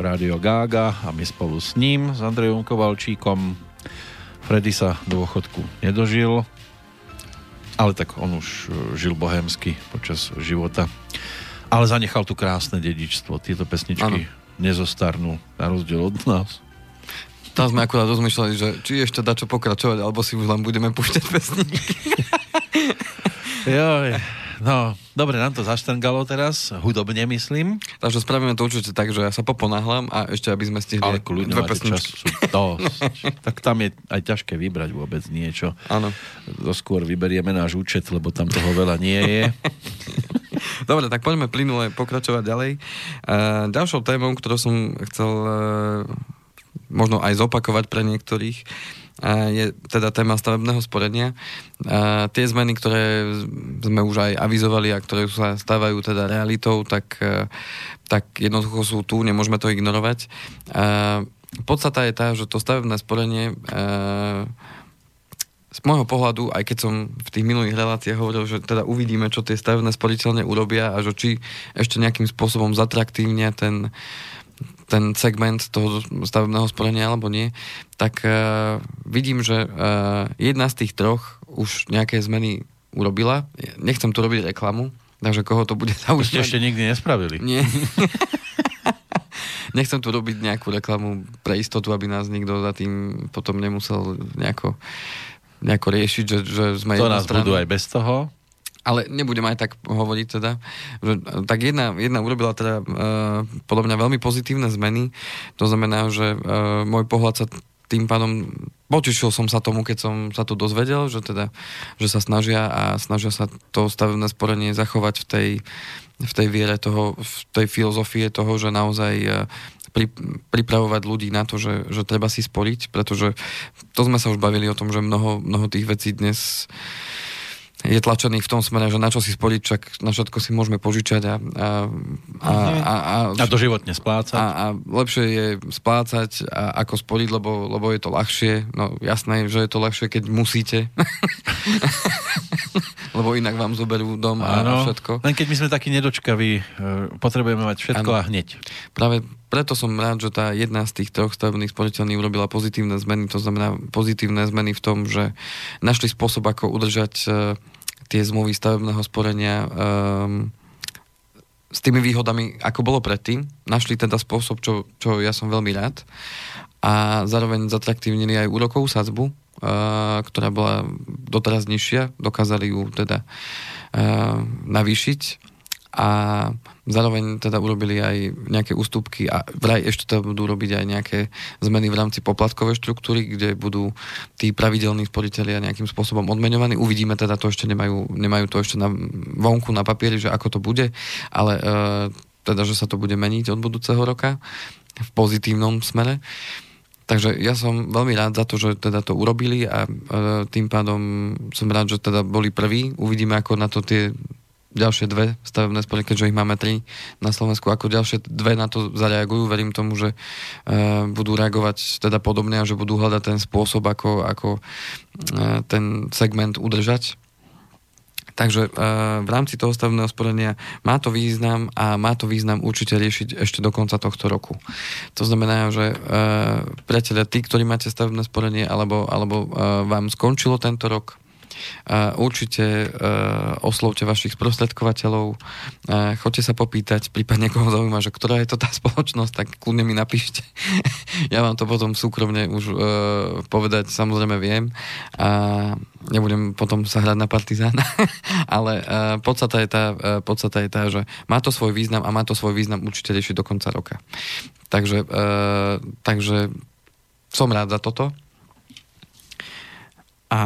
[SPEAKER 2] Rádio Gága a my spolu s ním, s Andrejom Kovalčíkom. Freddy sa dôchodku nedožil, ale tak on už žil bohémsky počas života. Ale zanechal tu krásne dedičstvo. Tieto pesničky nezostarnú, na rozdiel od nás.
[SPEAKER 1] Tam sme akurát rozmýšľali, že či ešte dá čo pokračovať, alebo si už len budeme púšťať pesničky.
[SPEAKER 2] Joj, no, dobre, nám to zaštrngalo teraz, hudobne myslím.
[SPEAKER 1] Takže spravíme to určite tak, že ja sa poponáhľam a ešte, aby sme stihli
[SPEAKER 2] ale kľudne
[SPEAKER 1] dve
[SPEAKER 2] máte čas,
[SPEAKER 1] pesničky.
[SPEAKER 2] sú dosť. Tak tam je aj ťažké vybrať vôbec niečo.
[SPEAKER 1] Áno.
[SPEAKER 2] Skôr vyberieme náš účet, lebo tam toho veľa nie je.
[SPEAKER 1] Dobre, tak poďme plynule pokračovať ďalej. Ďalšou témou, ktorú som chcel možno aj zopakovať pre niektorých, je teda téma stavebného sporenia. Tie zmeny, ktoré sme už aj avizovali a ktoré sa stávajú teda realitou, tak jednoducho sú tu, nemôžeme to ignorovať. Podstata je tá, že to stavebné sporenie z môjho pohľadu, aj keď som v tých minulých reláciách hovoril, že teda uvidíme, čo tie stavebné sporiteľne urobia a že či ešte nejakým spôsobom zatraktívnia ten segment toho stavebného sporenia alebo nie, tak vidím, že jedna z tých troch už nejaké zmeny urobila. Nechcem tu robiť reklamu, takže koho to bude zaujímať.
[SPEAKER 2] Ešte nikdy nespravili.
[SPEAKER 1] Nie. Nechcem tu robiť nejakú reklamu pre istotu, aby nás nikto za tým potom nemusel nejako riešiť, že sme
[SPEAKER 2] to nás budú aj bez toho.
[SPEAKER 1] Ale nebudem aj tak hovoriť teda, že tak jedna urobila teda podľa mňa veľmi pozitívne zmeny. To znamená, že môj pohľad sa tým pádom, potešil som sa tomu, keď som sa to dozvedel, že sa snažia sa to stavebné sporenie zachovať v tej viere toho, v tej filozofie toho, že naozaj pripravovať ľudí na to, že treba si sporiť, pretože to sme sa už bavili o tom, že mnoho tých vecí dnes je tlačený v tom smere, že na čo si sporiť, čak na všetko si môžeme požičať a
[SPEAKER 2] doživotne splácať.
[SPEAKER 1] A lepšie je splácať ako sporiť, lebo je to ľahšie. No jasné, že je to ľahšie, keď musíte. Lebo inak vám zoberú dom a všetko.
[SPEAKER 2] Len keď my sme takí nedočkaví, potrebujeme mať všetko a hneď.
[SPEAKER 1] Práve preto som rád, že tá jedna z tých troch stavebných sporiteľní urobila pozitívne zmeny. To znamená pozitívne zmeny v tom, že našli spôsob, ako udržať tie zmluvy stavebného sporenia s tými výhodami, ako bolo predtým. Našli teda spôsob, čo ja som veľmi rád. A zároveň zatraktívnili aj úrokovú sadzbu, ktorá bola doteraz nižšia. Dokázali ju teda navýšiť a zároveň teda urobili aj nejaké ústupky a vraj ešte teda budú robiť aj nejaké zmeny v rámci poplatkovej štruktúry, kde budú tí pravidelní sporitelia nejakým spôsobom odmeňovaní. Uvidíme teda, to ešte nemajú to ešte na vonku na papieri, že ako to bude, ale teda, že sa to bude meniť od budúceho roka v pozitívnom smere. Takže ja som veľmi rád za to, že teda to urobili a tým pádom som rád, že teda boli prví. Uvidíme, ako na to tie ďalšie dve stavebné spory, keďže ich máme 3 na Slovensku, ako ďalšie dve na to zareagujú. Verím tomu, že budú reagovať teda podobne a že budú hľadať ten spôsob, ako ten segment udržať. Takže v rámci toho stavebného sporenia má to význam a má to význam určite riešiť ešte do konca tohto roku. To znamená, že priatelia, tí, ktorí máte stavebné sporenie alebo vám skončilo tento rok, určite oslovte vašich sprostredkovateľov, choďte sa popýtať, prípadne koho zaujíma, že ktorá je to tá spoločnosť, tak kľudne mi napíšte. Ja vám to potom súkromne už povedať samozrejme viem a nebudem potom sa hrať na partizána, ale podstata je tá, že má to svoj význam a má to svoj význam určite riešiť do konca roka. Takže som rád za toto a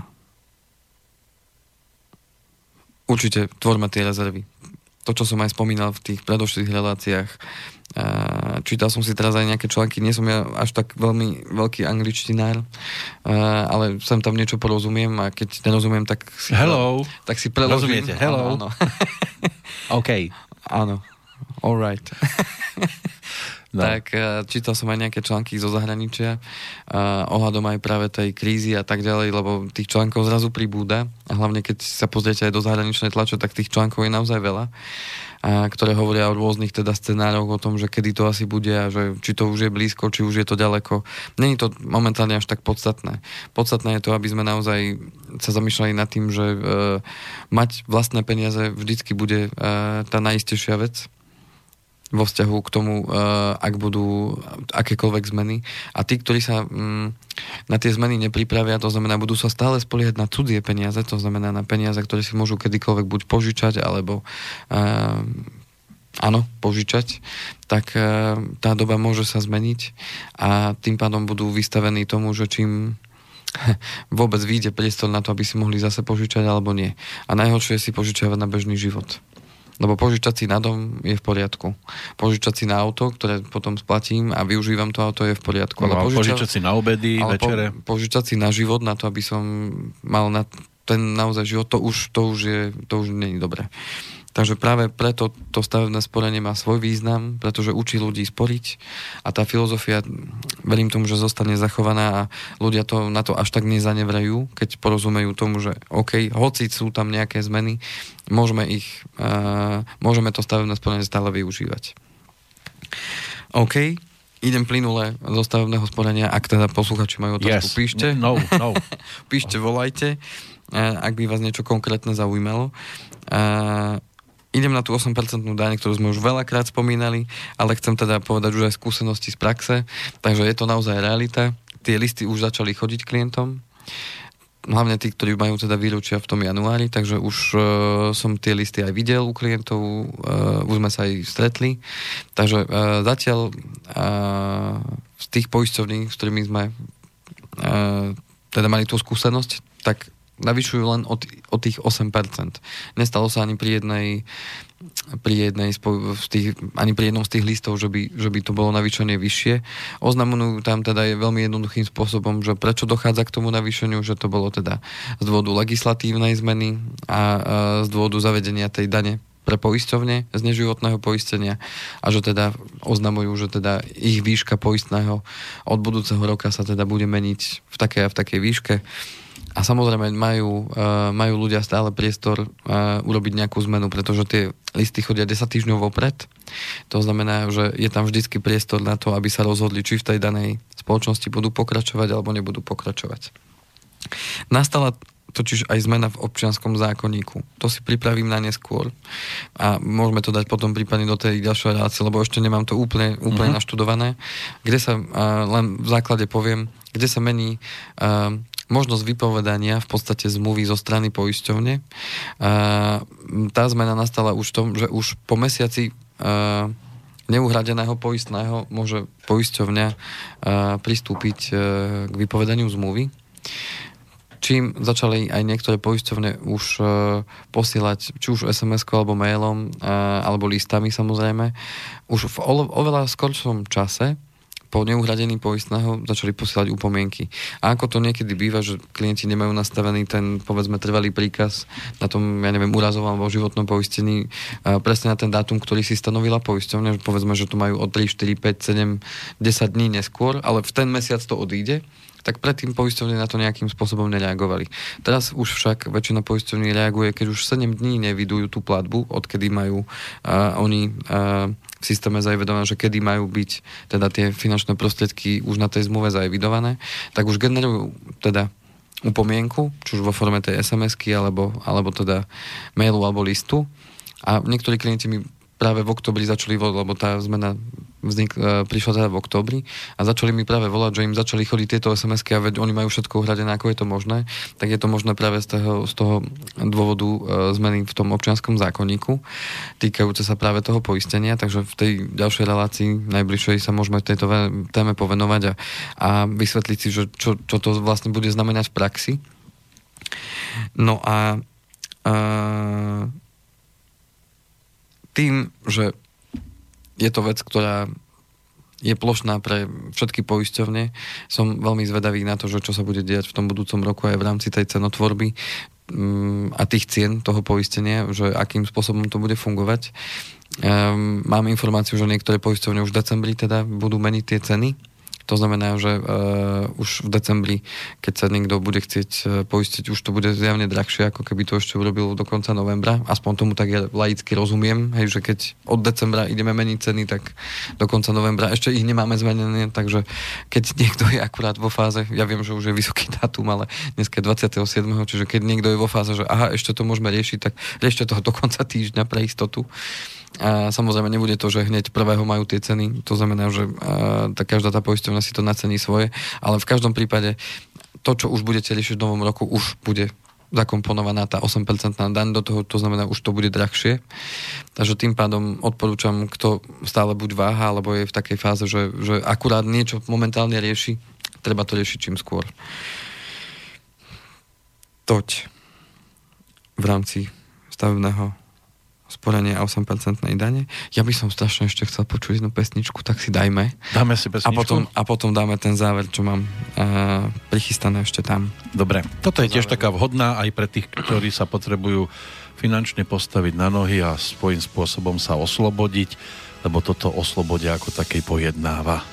[SPEAKER 1] určite tvorme tie rezervy. To, čo som aj spomínal v tých predošlých reláciách. Čítal som si teraz aj nejaké články, nie som ja až tak veľmi veľký angličtinár, ale sem tam niečo porozumiem a keď nerozumiem, tak si preložím.
[SPEAKER 2] Rozumiete, hello.
[SPEAKER 1] Áno.
[SPEAKER 2] OK.
[SPEAKER 1] Áno. All right. tak čítal som aj nejaké články zo zahraničia ohľadom aj práve tej krízy a tak ďalej, lebo tých článkov zrazu pribúda a hlavne keď sa pozriete aj do zahraničnej tlače, tak tých článkov je naozaj veľa, ktoré hovoria o rôznych teda scenároch, o tom, že kedy to asi bude a že či to už je blízko, či už je to ďaleko. Není to momentálne až tak podstatné. Podstatné je to, aby sme naozaj sa zamýšľali nad tým, že mať vlastné peniaze vždycky bude tá najistejšia vec vo vzťahu k tomu, ak budú akékoľvek zmeny. A tí, ktorí sa na tie zmeny nepripravia, to znamená, budú sa stále spoliehať na cudzie peniaze, to znamená na peniaze, ktoré si môžu kedykoľvek buď požičať, alebo požičať, tak tá doba môže sa zmeniť a tým pádom budú vystavení tomu, že čím vôbec vyjde priestor na to, aby si mohli zase požičať, alebo nie. A najhoršie je si požičavať na bežný život. Lebo požičať si na dom je v poriadku. Požičať si na auto, ktoré potom splatím a využívam to auto, je v poriadku.
[SPEAKER 2] Ale požičať si na obedy, večere.
[SPEAKER 1] Požičať si na život, na to, aby som mal na ten naozaj život, to už nie je dobré. Takže práve preto to stavebné sporenie má svoj význam, pretože učí ľudí sporiť a tá filozofia, verím tomu, že zostane zachovaná a ľudia na to až tak nezanevrajú, keď porozumejú tomu, že OK, hoci sú tam nejaké zmeny, môžeme to stavebné sporenie stále využívať. OK, idem plynule zo stavebného sporenia, ak teda posluchači majú otázku, píšte.
[SPEAKER 2] No.
[SPEAKER 1] Píšte, volajte, ak by vás niečo konkrétne zaujímalo. Idem na tú 8% daň, ktorú sme už veľakrát spomínali, ale chcem teda povedať už aj skúsenosti z praxe, takže je to naozaj realita. Tie listy už začali chodiť klientom, hlavne tí, ktorí majú teda výročia v tom januári, takže už som tie listy aj videl u klientov, už sme sa aj stretli, takže zatiaľ z tých poisťovní, s ktorými sme teda mali tú skúsenosť, tak navyšujú len o tých 8%. Nestalo sa ani pri jednom z tých listov, že by to bolo navýšenie vyššie. Oznamujú tam teda je veľmi jednoduchým spôsobom, že prečo dochádza k tomu navýšeniu, že to bolo teda z dôvodu legislatívnej zmeny a z dôvodu zavedenia tej dane pre poisťovne z neživotného poistenia a že teda oznamujú, že teda ich výška poistného od budúceho roka sa teda bude meniť v takej a v takej výške. A samozrejme majú ľudia stále priestor urobiť nejakú zmenu, pretože tie listy chodia 10 týždňov vopred. To znamená, že je tam vždycky priestor na to, aby sa rozhodli, či v tej danej spoločnosti budú pokračovať alebo nebudú pokračovať. Nastala totiž aj zmena v občianskom zákonníku. To si pripravím na neskôr a môžeme to dať potom prípadne do tej ďalšej relácie, lebo ešte nemám to úplne naštudované, kde sa len v základe poviem, kde sa mení možnosť vypovedania v podstate zmluvy zo strany poisťovne. Tá zmena nastala už v tom, že už po mesiaci neuhradeného poistného môže poisťovňa pristúpiť k vypovedaniu zmluvy. Čím začali aj niektoré poisťovne už posielať, či už SMS-ko, alebo mailom, alebo listami samozrejme, už v oveľa skoršom čase po neuhradení poistného začali posielať upomienky. A ako to niekedy býva, že klienti nemajú nastavený ten, povedzme, trvalý príkaz na tom, úrazovom alebo životnom poistení presne na ten dátum, ktorý si stanovila poisťovňa, povedzme, že to majú od 3, 4, 5, 7, 10 dní neskôr, ale v ten mesiac to odíde, tak predtým poisťovne na to nejakým spôsobom nereagovali. Teraz už však väčšina poisťovní reaguje, keď už 7 dní nevidujú tú platbu, odkedy majú oni v systéme zaevidované, že kedy majú byť teda tie finančné prostriedky už na tej zmluve zaevidované, tak už generujú teda upomienku, či už vo forme tej SMS-ky, alebo teda mailu alebo listu. A niektorí klienti mi práve v októbri začali volať, lebo tá zmena prišla teda v októbri a začali mi práve volať, že im začali chodiť tieto SMS-ky a veď oni majú všetko uhradené, ako je to možné, tak je to možné práve z toho dôvodu zmeny v tom občianskom zákonníku, týkajúce sa práve toho poistenia, takže v tej ďalšej relácii najbližšej sa môžeme tejto téme povenovať a vysvetliť si, že čo to vlastne bude znamenať v praxi. No a tým, že je to vec, ktorá je plošná pre všetky poisťovne, som veľmi zvedavý na to, že čo sa bude diať v tom budúcom roku aj v rámci tej cenotvorby a tých cien toho poistenia, že akým spôsobom to bude fungovať. Mám informáciu, že niektoré poisťovne už v decembri teda budú meniť tie ceny. To znamená, že už v decembri, keď sa niekto bude chcieť poistiť, už to bude zjavne drahšie, ako keby to ešte urobil do konca novembra. Aspoň tomu tak ja laicky rozumiem, hej, že keď od decembra ideme meniť ceny, tak do konca novembra ešte ich nemáme zmenené, takže keď niekto je akurát vo fáze, ja viem, že už je vysoký dátum, ale dneska je 27., čiže keď niekto je vo fáze, že aha, ešte to môžeme riešiť, tak riešte toho do konca týždňa pre istotu. A samozrejme nebude to, že hneď 1. majú tie ceny, to znamená, že každá tá poisťovňa si to nacení svoje, ale v každom prípade to, čo už budete riešiť v novom roku, už bude zakomponovaná tá 8% daň do toho, to znamená, už to bude drahšie. Takže tým pádom odporúčam, kto stále buď váha, alebo je v takej fáze, že akurát niečo momentálne rieši, treba to riešiť čím skôr. Toť v rámci stavebného sporenie a 8% dane. Ja by som strašne ešte chcel počuť jednu pesničku, tak si dajme.
[SPEAKER 2] Dáme si pesničku?
[SPEAKER 1] A potom dáme ten záver, čo mám prichystané ešte tam.
[SPEAKER 2] Dobre. Toto je tiež taká vhodná aj pre tých, ktorí sa potrebujú finančne postaviť na nohy a svojím spôsobom sa oslobodiť, lebo toto oslobodia ako takej pojednáva.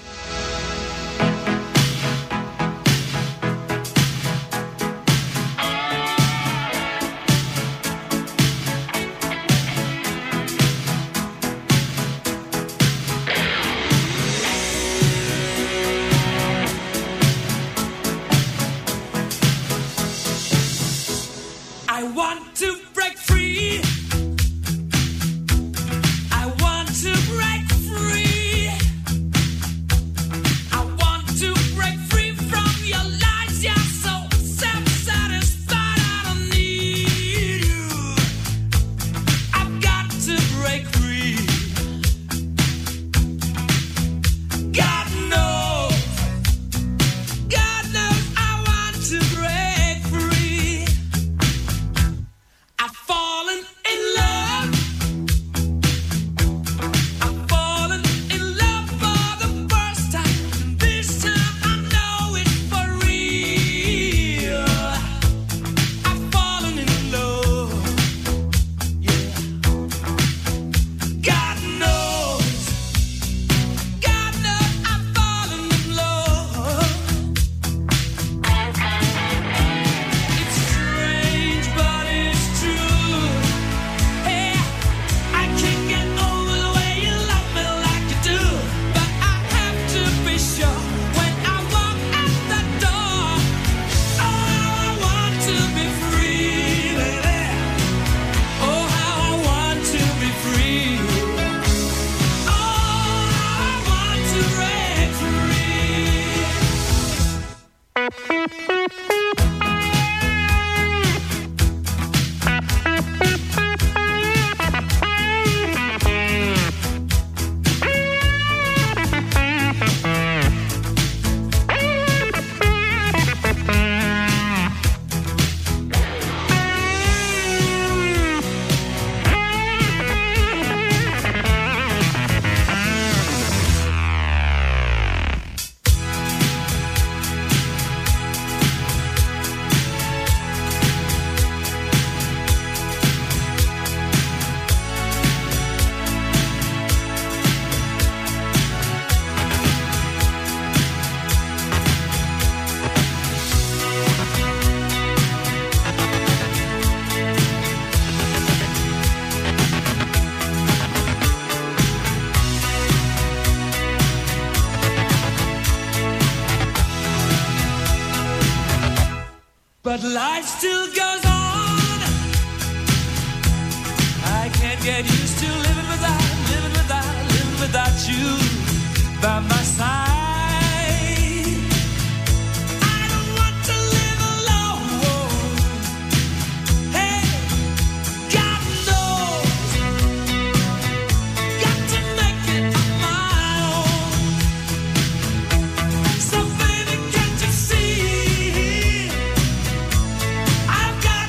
[SPEAKER 3] But life still goes on. I can't get used to living without you by my side. I don't want to live alone. Hey, God knows, got to make it on my own. So baby, can't you see? I've got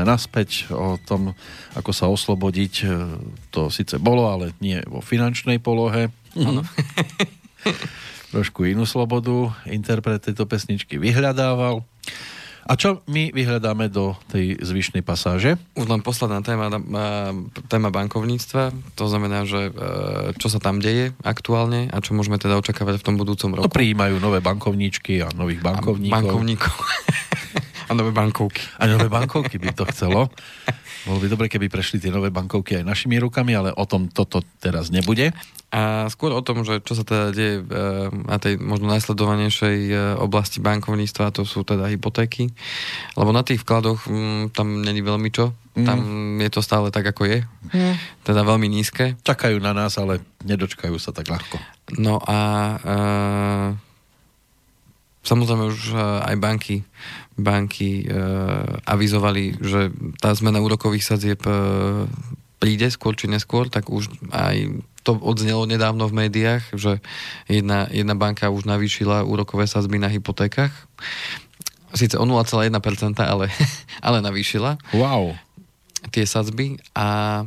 [SPEAKER 2] sme naspäť. O tom, ako sa oslobodiť, to síce bolo, ale nie vo finančnej polohe.
[SPEAKER 1] Áno.
[SPEAKER 2] Trošku inú slobodu interpret tejto pesničky vyhľadával. A čo my vyhľadáme do tej zvyšnej pasáže?
[SPEAKER 1] Už len posledná téma bankovníctva. To znamená, že čo sa tam deje aktuálne a čo môžeme teda očakávať v tom budúcom roku.
[SPEAKER 2] No, prijímajú nové bankovníčky a nových bankovníkov.
[SPEAKER 1] Bankovníkov. A nové bankovky.
[SPEAKER 2] A nové bankovky by to chcelo. Bolo by dobre, keby prešli tie nové bankovky aj našimi rukami, ale o tom toto teraz nebude.
[SPEAKER 1] A skôr o tom, že čo sa teda deje na tej možno najsledovanejšej oblasti bankovníctva, to sú teda hypotéky. Lebo na tých vkladoch tam není veľmi čo. Tam je to stále tak, ako je. Teda veľmi nízke.
[SPEAKER 2] Čakajú na nás, ale nedočkajú sa tak ľahko.
[SPEAKER 1] No a samozrejme už aj banky avizovali, že tá zmena úrokových sadzieb príde skôr či neskôr, tak už aj to odznelo nedávno v médiách, že jedna banka už navýšila úrokové sadzby na hypotékach. Síce o 0,1%, ale navýšila.
[SPEAKER 2] Wow.
[SPEAKER 1] Tie sadzby a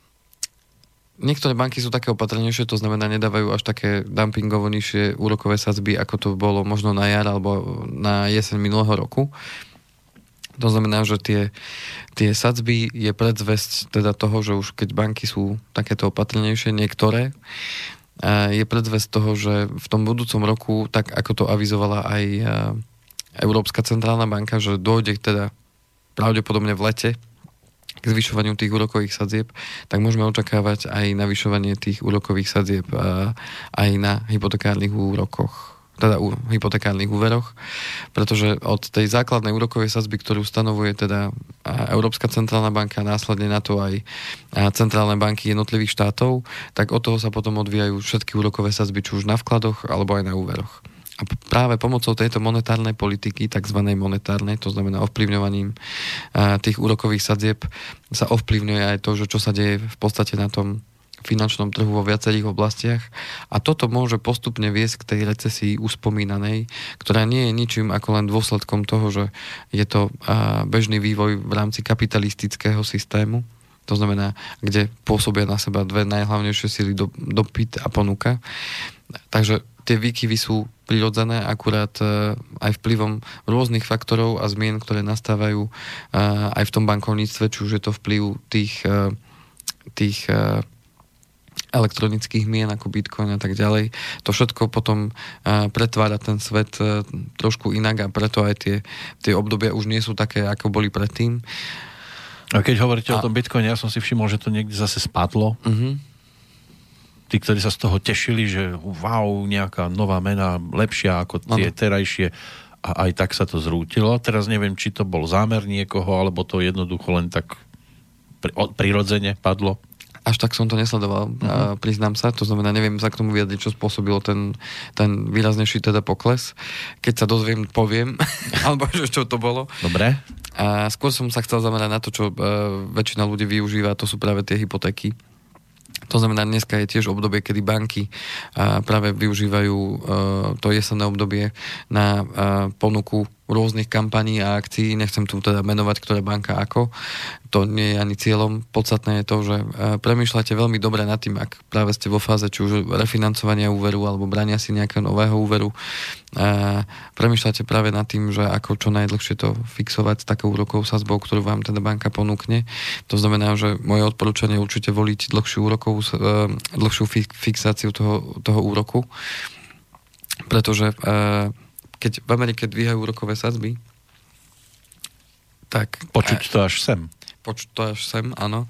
[SPEAKER 1] niektoré banky sú také opatrnejšie, to znamená, nedávajú až také dumpingovo nižšie úrokové sadzby, ako to bolo možno na jar alebo na jeseň minulého roku. To znamená, že tie sadzby je predzvesť teda toho, že už keď banky sú takéto opatrnejšie, niektoré, je predzvesť toho, že v tom budúcom roku, tak ako to avizovala aj Európska centrálna banka, že dôjde teda pravdepodobne v lete k zvyšovaniu tých úrokových sadzieb, tak môžeme očakávať aj navyšovanie tých úrokových sadzieb aj na hypotekárnych úrokoch, teda hypotekárnych úveroch, pretože od tej základnej úrokovej sadzby, ktorú stanovuje teda Európska centrálna banka a následne na to aj centrálne banky jednotlivých štátov, tak od toho sa potom odvíjajú všetky úrokové sadzby, či už na vkladoch alebo aj na úveroch. A práve pomocou tejto monetárnej politiky, takzvanej monetárnej, to znamená ovplyvňovaním tých úrokových sadzieb, sa ovplyvňuje aj to, že čo sa deje v podstate na tom finančnom trhu vo viacerých oblastiach. A toto môže postupne viesť k tej recesii uspomínanej, ktorá nie je ničím ako len dôsledkom toho, že je to bežný vývoj v rámci kapitalistického systému. To znamená, kde pôsobia na seba dve najhlavnejšie sily, dopyt a ponuka. Takže tie výkyvy sú prirodzené, akurát aj vplyvom rôznych faktorov a zmien, ktoré nastávajú aj v tom bankovníctve, či už je to vplyv tých elektronických mien ako Bitcoin a tak ďalej. To všetko potom pretvára ten svet trošku inak a preto aj tie obdobia už nie sú také, ako boli predtým.
[SPEAKER 2] A keď hovoríte o tom Bitcoine, ja som si všimol, že to niekde zase spadlo. Tí, ktorí sa z toho tešili, že wow, nejaká nová mena, lepšia ako tie terajšie, a aj tak sa to zrútilo. Teraz neviem, či to bol zámer niekoho, alebo to jednoducho len tak prirodzene padlo.
[SPEAKER 1] Až tak som to nesledoval, priznám sa. To znamená, neviem sa k tomu vyjadriť, čo spôsobilo ten výraznejší teda pokles. Keď sa dozviem, poviem, alebo čo to bolo.
[SPEAKER 2] Dobre.
[SPEAKER 1] A skôr som sa chcel zamerať na to, čo väčšina ľudí využíva, to sú práve tie hypotéky. To znamená, dneska je tiež obdobie, kedy banky práve využívajú to jesenné obdobie na ponuku rôznych kampaní a akcií. Nechcem tu teda menovať, ktorá banka ako. To nie je ani cieľom. Podstatné je to, že premýšľate veľmi dobre nad tým, ak práve ste vo fáze či už refinancovania úveru alebo brania si nejakého nového úveru. Premýšľate práve nad tým, že ako čo najdlhšie to fixovať s takou úrokovou sadzbou, ktorú vám teda banka ponúkne. To znamená, že moje odporúčanie je určite voliť dlhšiu fixáciu toho úroku. Pretože keď v Amerike dvíhajú úrokové sadzby, tak...
[SPEAKER 2] Počuť to až sem.
[SPEAKER 1] Počuť to až sem, áno.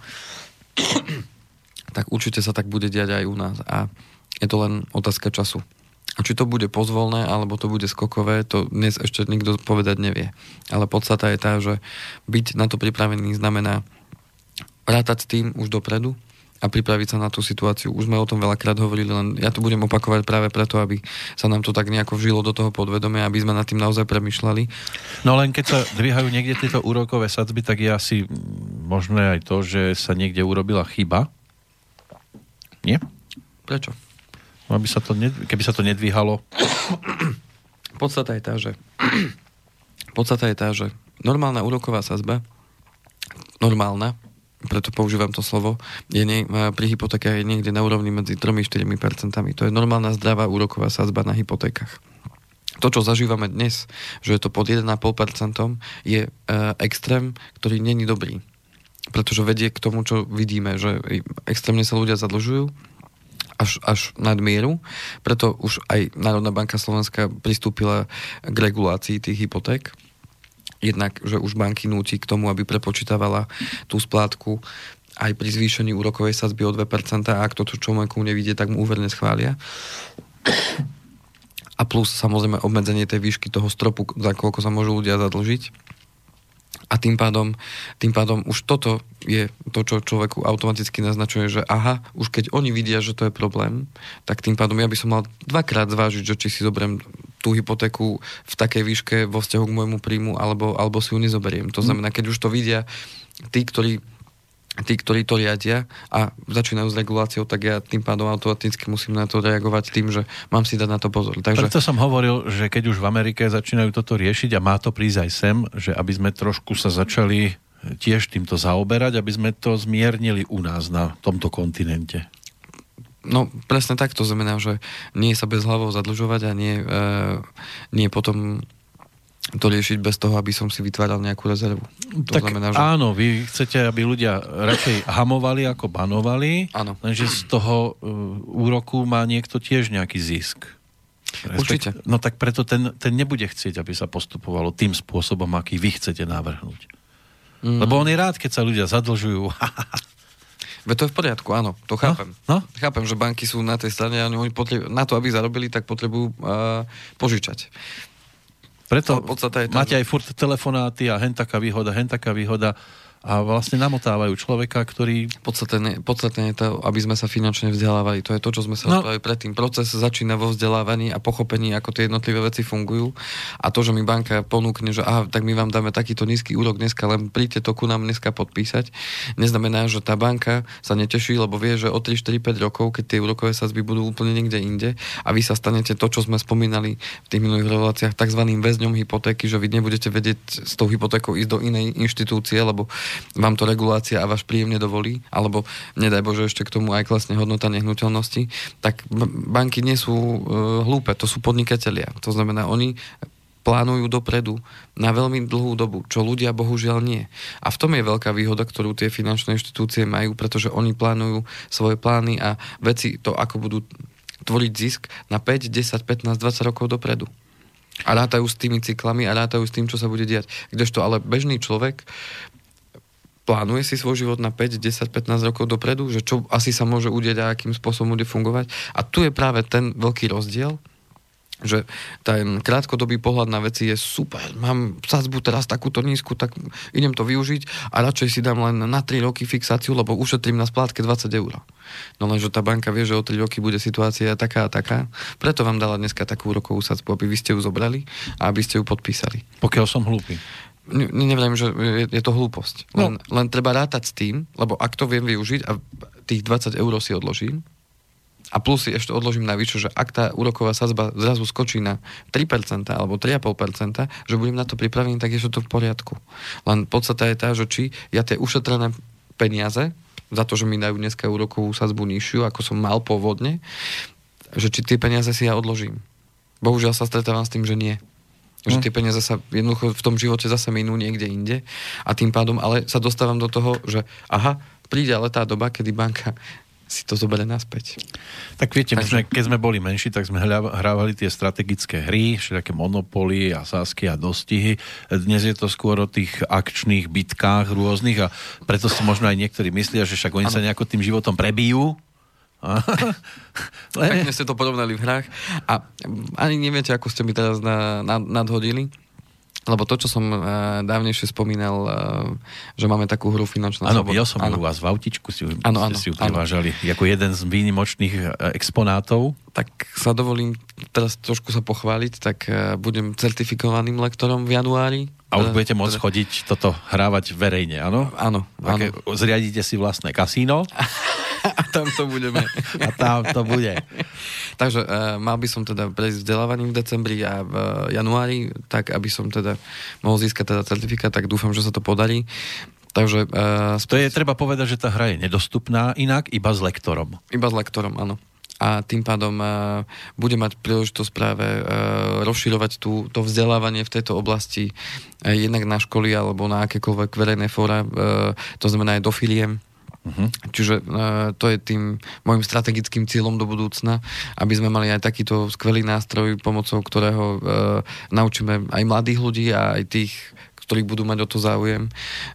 [SPEAKER 1] Tak určite sa tak bude diať aj u nás. A je to len otázka času. A či to bude pozvolné, alebo to bude skokové, to dnes ešte nikto povedať nevie. Ale podstata je tá, že byť na to pripravený znamená rátať s tým už dopredu a pripraviť sa na tú situáciu. Už sme o tom veľakrát hovorili, len ja to budem opakovať práve preto, aby sa nám to tak nejako vžilo do toho podvedomia, aby sme nad tým naozaj premýšľali.
[SPEAKER 2] No len keď sa dvíhajú niekde tieto úrokové sadzby, tak je asi možné aj to, že sa niekde urobila chyba. Nie?
[SPEAKER 1] Prečo?
[SPEAKER 2] Keby sa to nedvíhalo.
[SPEAKER 1] Podstata je tá, že normálna úroková sadzba normálna, preto používam to slovo, pri hypotékach je niekde na úrovni medzi 3-4%. To je normálna zdravá úroková sadzba na hypotékach. To, čo zažívame dnes, že je to pod 1,5%, je extrém, ktorý není dobrý. Pretože vedie k tomu, čo vidíme, že extrémne sa ľudia zadlžujú až nad mieru. Preto už aj Národná banka Slovenska pristúpila k regulácii tých hypoték. Jednak, že už banky núti k tomu, aby prepočítavala tú splátku aj pri zvýšení úrokovej sadzby o 2%, a ak to človeku nevidie, tak mu úverne schvália. A plus samozrejme obmedzenie tej výšky toho stropu, za koľko sa môžu ľudia zadlžiť. A tým pádom už toto je to, čo človeku automaticky naznačuje, že aha, už keď oni vidia, že to je problém, tak tým pádom ja by som mal dvakrát zvážiť, že či si zoberiem tú hypotéku v takej výške vo vzťahu k môjmu príjmu, alebo si ju nezoberiem. To znamená, keď už to vidia tí, ktorí to riadia a začínajú s reguláciou, tak ja tým pádom automaticky musím na to reagovať tým, že mám si dať na to pozor. Takže...
[SPEAKER 2] Preto som hovoril, že keď už v Amerike začínajú toto riešiť a má to prísť aj sem, že aby sme trošku sa začali tiež týmto zaoberať, aby sme to zmiernili u nás na tomto kontinente.
[SPEAKER 1] No, presne tak, to znamená, že nie sa bez hlavou zadlžovať a nie potom to riešiť bez toho, aby som si vytváral nejakú rezervu. To
[SPEAKER 2] tak
[SPEAKER 1] znamená, že...
[SPEAKER 2] áno, vy chcete, aby ľudia radšej hamovali ako banovali,
[SPEAKER 1] áno.
[SPEAKER 2] Lenže z toho úroku má niekto tiež nejaký zisk.
[SPEAKER 1] Určite.
[SPEAKER 2] No tak preto ten nebude chcieť, aby sa postupovalo tým spôsobom, aký vy chcete navrhnúť. Lebo on je rád, keď sa ľudia zadlžujú.
[SPEAKER 1] Veď to je v poriadku, áno, to chápem.
[SPEAKER 2] No?
[SPEAKER 1] Chápem, že banky sú na tej strane a oni na to, aby zarobili, tak potrebujú požičať.
[SPEAKER 2] Preto
[SPEAKER 1] je
[SPEAKER 2] máte aj furt telefonáty a hen taká výhoda a vlastne namotávajú človeka, ktorý...
[SPEAKER 1] Podstatné je to, aby sme sa finančne vzdelávali. To je to, čo sme sa rozprávali predtým. Proces začína vo vzdelávaní a pochopení, ako tie jednotlivé veci fungujú. A to, že mi banka ponúkne, že tak my vám dáme takýto nízky úrok dneska, len príďte to ku nám dneska podpísať, neznamená, že tá banka sa neteší, lebo vie, že o 3, 4, 5 rokov, keď tie úrokové sadzby budú úplne niekde inde a vy sa stanete to, čo sme spomínali v tých minulých reláciách, takzvaným väzňom hypotéky, že vy nebudete vedieť s tou hypotékou ísť do inej inštitúcie, lebo vám to regulácia a váš príjem nedovolí, alebo nedaj Bože ešte k tomu aj klesne hodnota nehnuteľnosti, tak banky nie sú hlúpe, to sú podnikatelia. To znamená, oni plánujú dopredu na veľmi dlhú dobu, čo ľudia bohužiaľ nie. A v tom je veľká výhoda, ktorú tie finančné inštitúcie majú, pretože oni plánujú svoje plány a veci, to ako budú tvoriť zisk na 5, 10, 15, 20 rokov dopredu. A rátajú s tými cyklami a rátajú s tým, čo sa bude diať. Kdežto ale bežný človek plánuje si svoj život na 5, 10, 15 rokov dopredu, že čo asi sa môže udieť a akým spôsobom bude fungovať. A tu je práve ten veľký rozdiel, že ten krátkodobý pohľad na veci je super. Mám sadzbu teraz takúto nízku, tak idem to využiť a radšej si dám len na 3 roky fixáciu, lebo ušetrím na splátke 20 eur. No lenže tá banka vie, že o 3 roky bude situácia taká a taká. Preto vám dala dneska takú úrokovú sadzbu, aby vy ste ju zobrali a aby ste ju podpísali.
[SPEAKER 2] Pokiaľ som hlúpy.
[SPEAKER 1] Neviem, že je to hlúposť. Len treba rátať s tým, lebo ak to viem využiť a tých 20 eur si odložím a plus si ešte odložím navyše, že ak tá úroková sadzba zrazu skočí na 3% alebo 3,5%, že budem na to pripravený, tak je to v poriadku. Len podstata je tá, že či ja tie ušetrené peniaze za to, že mi dajú dneska úrokovú sadzbu nižšiu, ako som mal pôvodne, že či tie peniaze si ja odložím. Bohužiaľ sa stretávam s tým, že nie. Že tie peniaze sa jednoducho v tom živote zase minú niekde inde a tým pádom ale sa dostávam do toho, že príde ale tá doba, kedy banka si to zoberie naspäť.
[SPEAKER 2] Tak viete, keď sme boli menší, tak sme hrávali tie strategické hry, všetké monopoly a sázky a dostihy. Dnes je to skôr o tých akčných bitkách rôznych a preto si možno aj niektorí myslia, že však oni sa nejako tým životom prebijú.
[SPEAKER 1] Pekne ste to porovnali v hrách a ani neviete, ako ste mi teraz nadhodili, lebo to, čo som dávnejšie spomínal, že máme takú hru Finančná sloboda.
[SPEAKER 2] Áno, videl som ju u vás v autičku, si ju privážali ako jeden z výnimočných exponátov.
[SPEAKER 1] Tak sa dovolím teraz trošku sa pochváliť, tak budem certifikovaným lektorom v januári.
[SPEAKER 2] A už budete môcť chodiť toto hrávať verejne, áno?
[SPEAKER 1] Áno.
[SPEAKER 2] Zriadíte si vlastné kasíno.
[SPEAKER 1] A tam to budeme.
[SPEAKER 2] A tam to bude.
[SPEAKER 1] Takže mal by som teda prejsť vzdelávaním v decembri a v januári, tak aby som teda mohol získať teda certifikát, tak dúfam, že sa to podarí. Takže...
[SPEAKER 2] To je treba povedať, že tá hra je nedostupná inak, iba s lektorom.
[SPEAKER 1] Iba s lektorom, áno. A tým pádom bude mať príležitosť práve rozširovať to vzdelávanie v tejto oblasti jednak na školy alebo na akékoľvek verejné fóra, to znamená aj do firiem. Čiže to je tým môjim strategickým cieľom do budúcna, aby sme mali aj takýto skvelý nástroj, pomocou ktorého naučíme aj mladých ľudí a aj tých, ktorí budú mať o to záujem,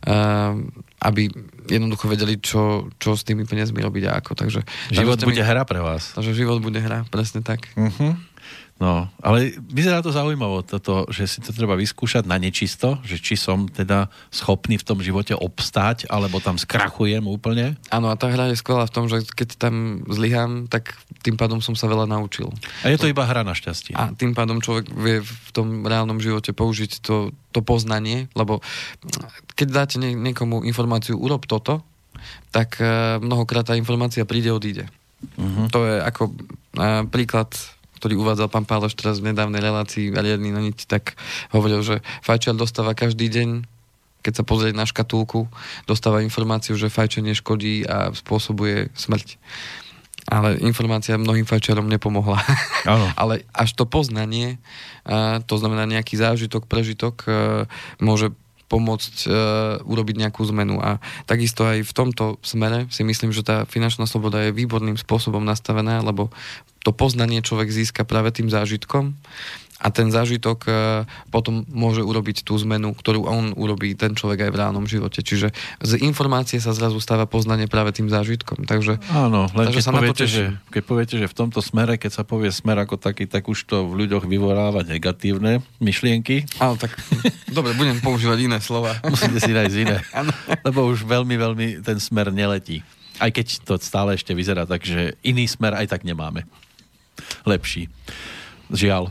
[SPEAKER 1] aby jednoducho vedeli, čo s tými peniazmi robiť a ako. Takže
[SPEAKER 2] život bude hra pre vás.
[SPEAKER 1] Takže život bude hra, presne tak.
[SPEAKER 2] No, ale vyzerá to zaujímavo, že si to treba vyskúšať na nečisto, že či som teda schopný v tom živote obstáť, alebo tam skrachujem úplne.
[SPEAKER 1] Áno, a tá hra je skvelá v tom, že keď tam zlyhám, tak tým pádom som sa veľa naučil.
[SPEAKER 2] A je to iba hra na šťastie.
[SPEAKER 1] A tým pádom človek vie v tom reálnom živote použiť to poznanie, lebo keď dáte niekomu informáciu, urob toto, tak mnohokrát tá informácia príde, odíde. To je ako príklad, ktorý uvádzal pán Páloš teraz v nedávnej relácii Riadny na niť, tak hovoril, že fajčiar dostáva každý deň, keď sa pozrie na škatulku, dostáva informáciu, že fajčenie škodí a spôsobuje smrť. Ale informácia mnohým fajčiarom nepomohla. Ale až to poznanie, to znamená nejaký zážitok, prežitok, môže pomôcť urobiť nejakú zmenu. A takisto aj v tomto smere si myslím, že tá finančná sloboda je výborným spôsobom nastavená, lebo to poznanie človek získa práve tým zážitkom a ten zážitok potom môže urobiť tú zmenu, ktorú on urobí ten človek aj v reálnom živote. Čiže z informácie sa zrazu stáva poznanie práve tým zážitkom. Takže,
[SPEAKER 2] áno, len keď poviete, že v tomto smere, keď sa povie smer ako taký, tak už to v ľuďoch vyvoláva negatívne myšlienky.
[SPEAKER 1] Áno, tak dobre, budem používať iné slova.
[SPEAKER 2] Musíte si nájsť iné. Lebo už veľmi, veľmi ten smer neletí. Aj keď to stále ešte vyzerá tak, že iný smer aj tak nemáme. Lepší. Žiaľ.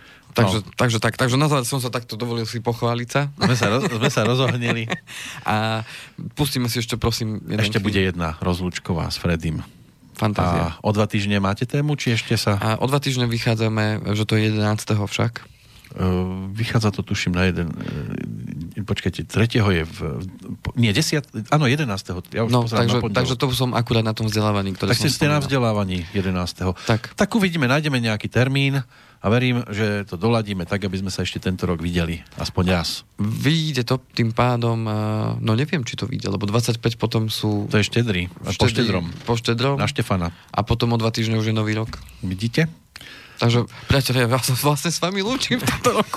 [SPEAKER 1] Takže na záver som sa takto dovolil si pochváliť sa.
[SPEAKER 2] Sme sa rozohnili.
[SPEAKER 1] A pustíme si ešte, prosím,
[SPEAKER 2] ešte bude jedna rozlúčková s Freddym.
[SPEAKER 1] Fantázia.
[SPEAKER 2] A o 2 týždne máte tému, či ešte sa...
[SPEAKER 1] A o 2 týždne vychádzame, že to je 11. však.
[SPEAKER 2] Vychádza to, tuším, na jeden... Počkajte, 3. je nie, 10. Áno, 11. Ja už
[SPEAKER 1] takže to som akurát na tom vzdelávaní, ktoré
[SPEAKER 2] tak
[SPEAKER 1] som
[SPEAKER 2] ste na vzdelávaní 11. Tak uvidíme, nájdeme nejaký termín a verím, že to doladíme tak, aby sme sa ešte tento rok videli. Aspoň raz.
[SPEAKER 1] Vyjde to tým pádom, no neviem, či to vyjde, lebo 25 potom sú...
[SPEAKER 2] To je štedrý. Po štedrom. Na Štefana.
[SPEAKER 1] A potom o 2 týždne už je nový rok.
[SPEAKER 2] Vidíte?
[SPEAKER 1] Takže, priatelia, ja sa vlastne s vami lúčim v tomto roku.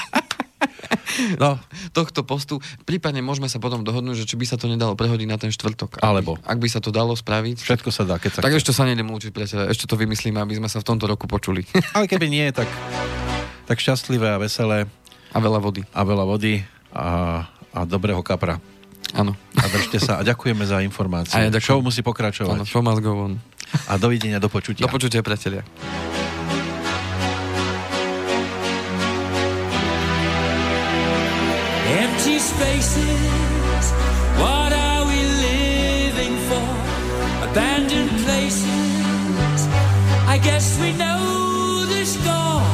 [SPEAKER 1] No, tohto postu. Prípadne môžeme sa potom dohodnúť, že či by sa to nedalo prehodiť na ten štvrtok.
[SPEAKER 2] Alebo.
[SPEAKER 1] Ak by sa to dalo spraviť.
[SPEAKER 2] Všetko sa dá, keď sa
[SPEAKER 1] tak chce. Ešte sa nejdem učiť, priateľe. Ešte to vymyslíme, aby sme sa v tomto roku počuli.
[SPEAKER 2] Ale keby nie, tak šťastlivé a veselé.
[SPEAKER 1] A veľa vody.
[SPEAKER 2] A dobrého kapra.
[SPEAKER 1] Áno.
[SPEAKER 2] A držte sa. A ďakujeme za informáciu.
[SPEAKER 1] A ja
[SPEAKER 2] show musí pokračovať.
[SPEAKER 1] Áno, show must go on.
[SPEAKER 2] A dovidenia, do počutia.
[SPEAKER 1] Do počutia, priatelia.
[SPEAKER 3] Empty spaces, what are we living for? Abandoned places, I guess we know the score.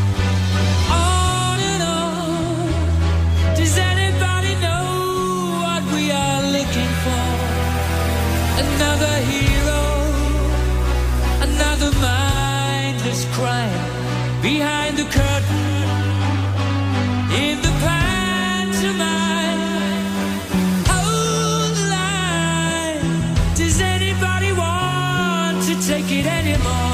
[SPEAKER 3] On and on, does anybody know what we are looking for? Another hero, another mindless crime behind the curtain, in the past. Hold the line. Does anybody want to take it anymore?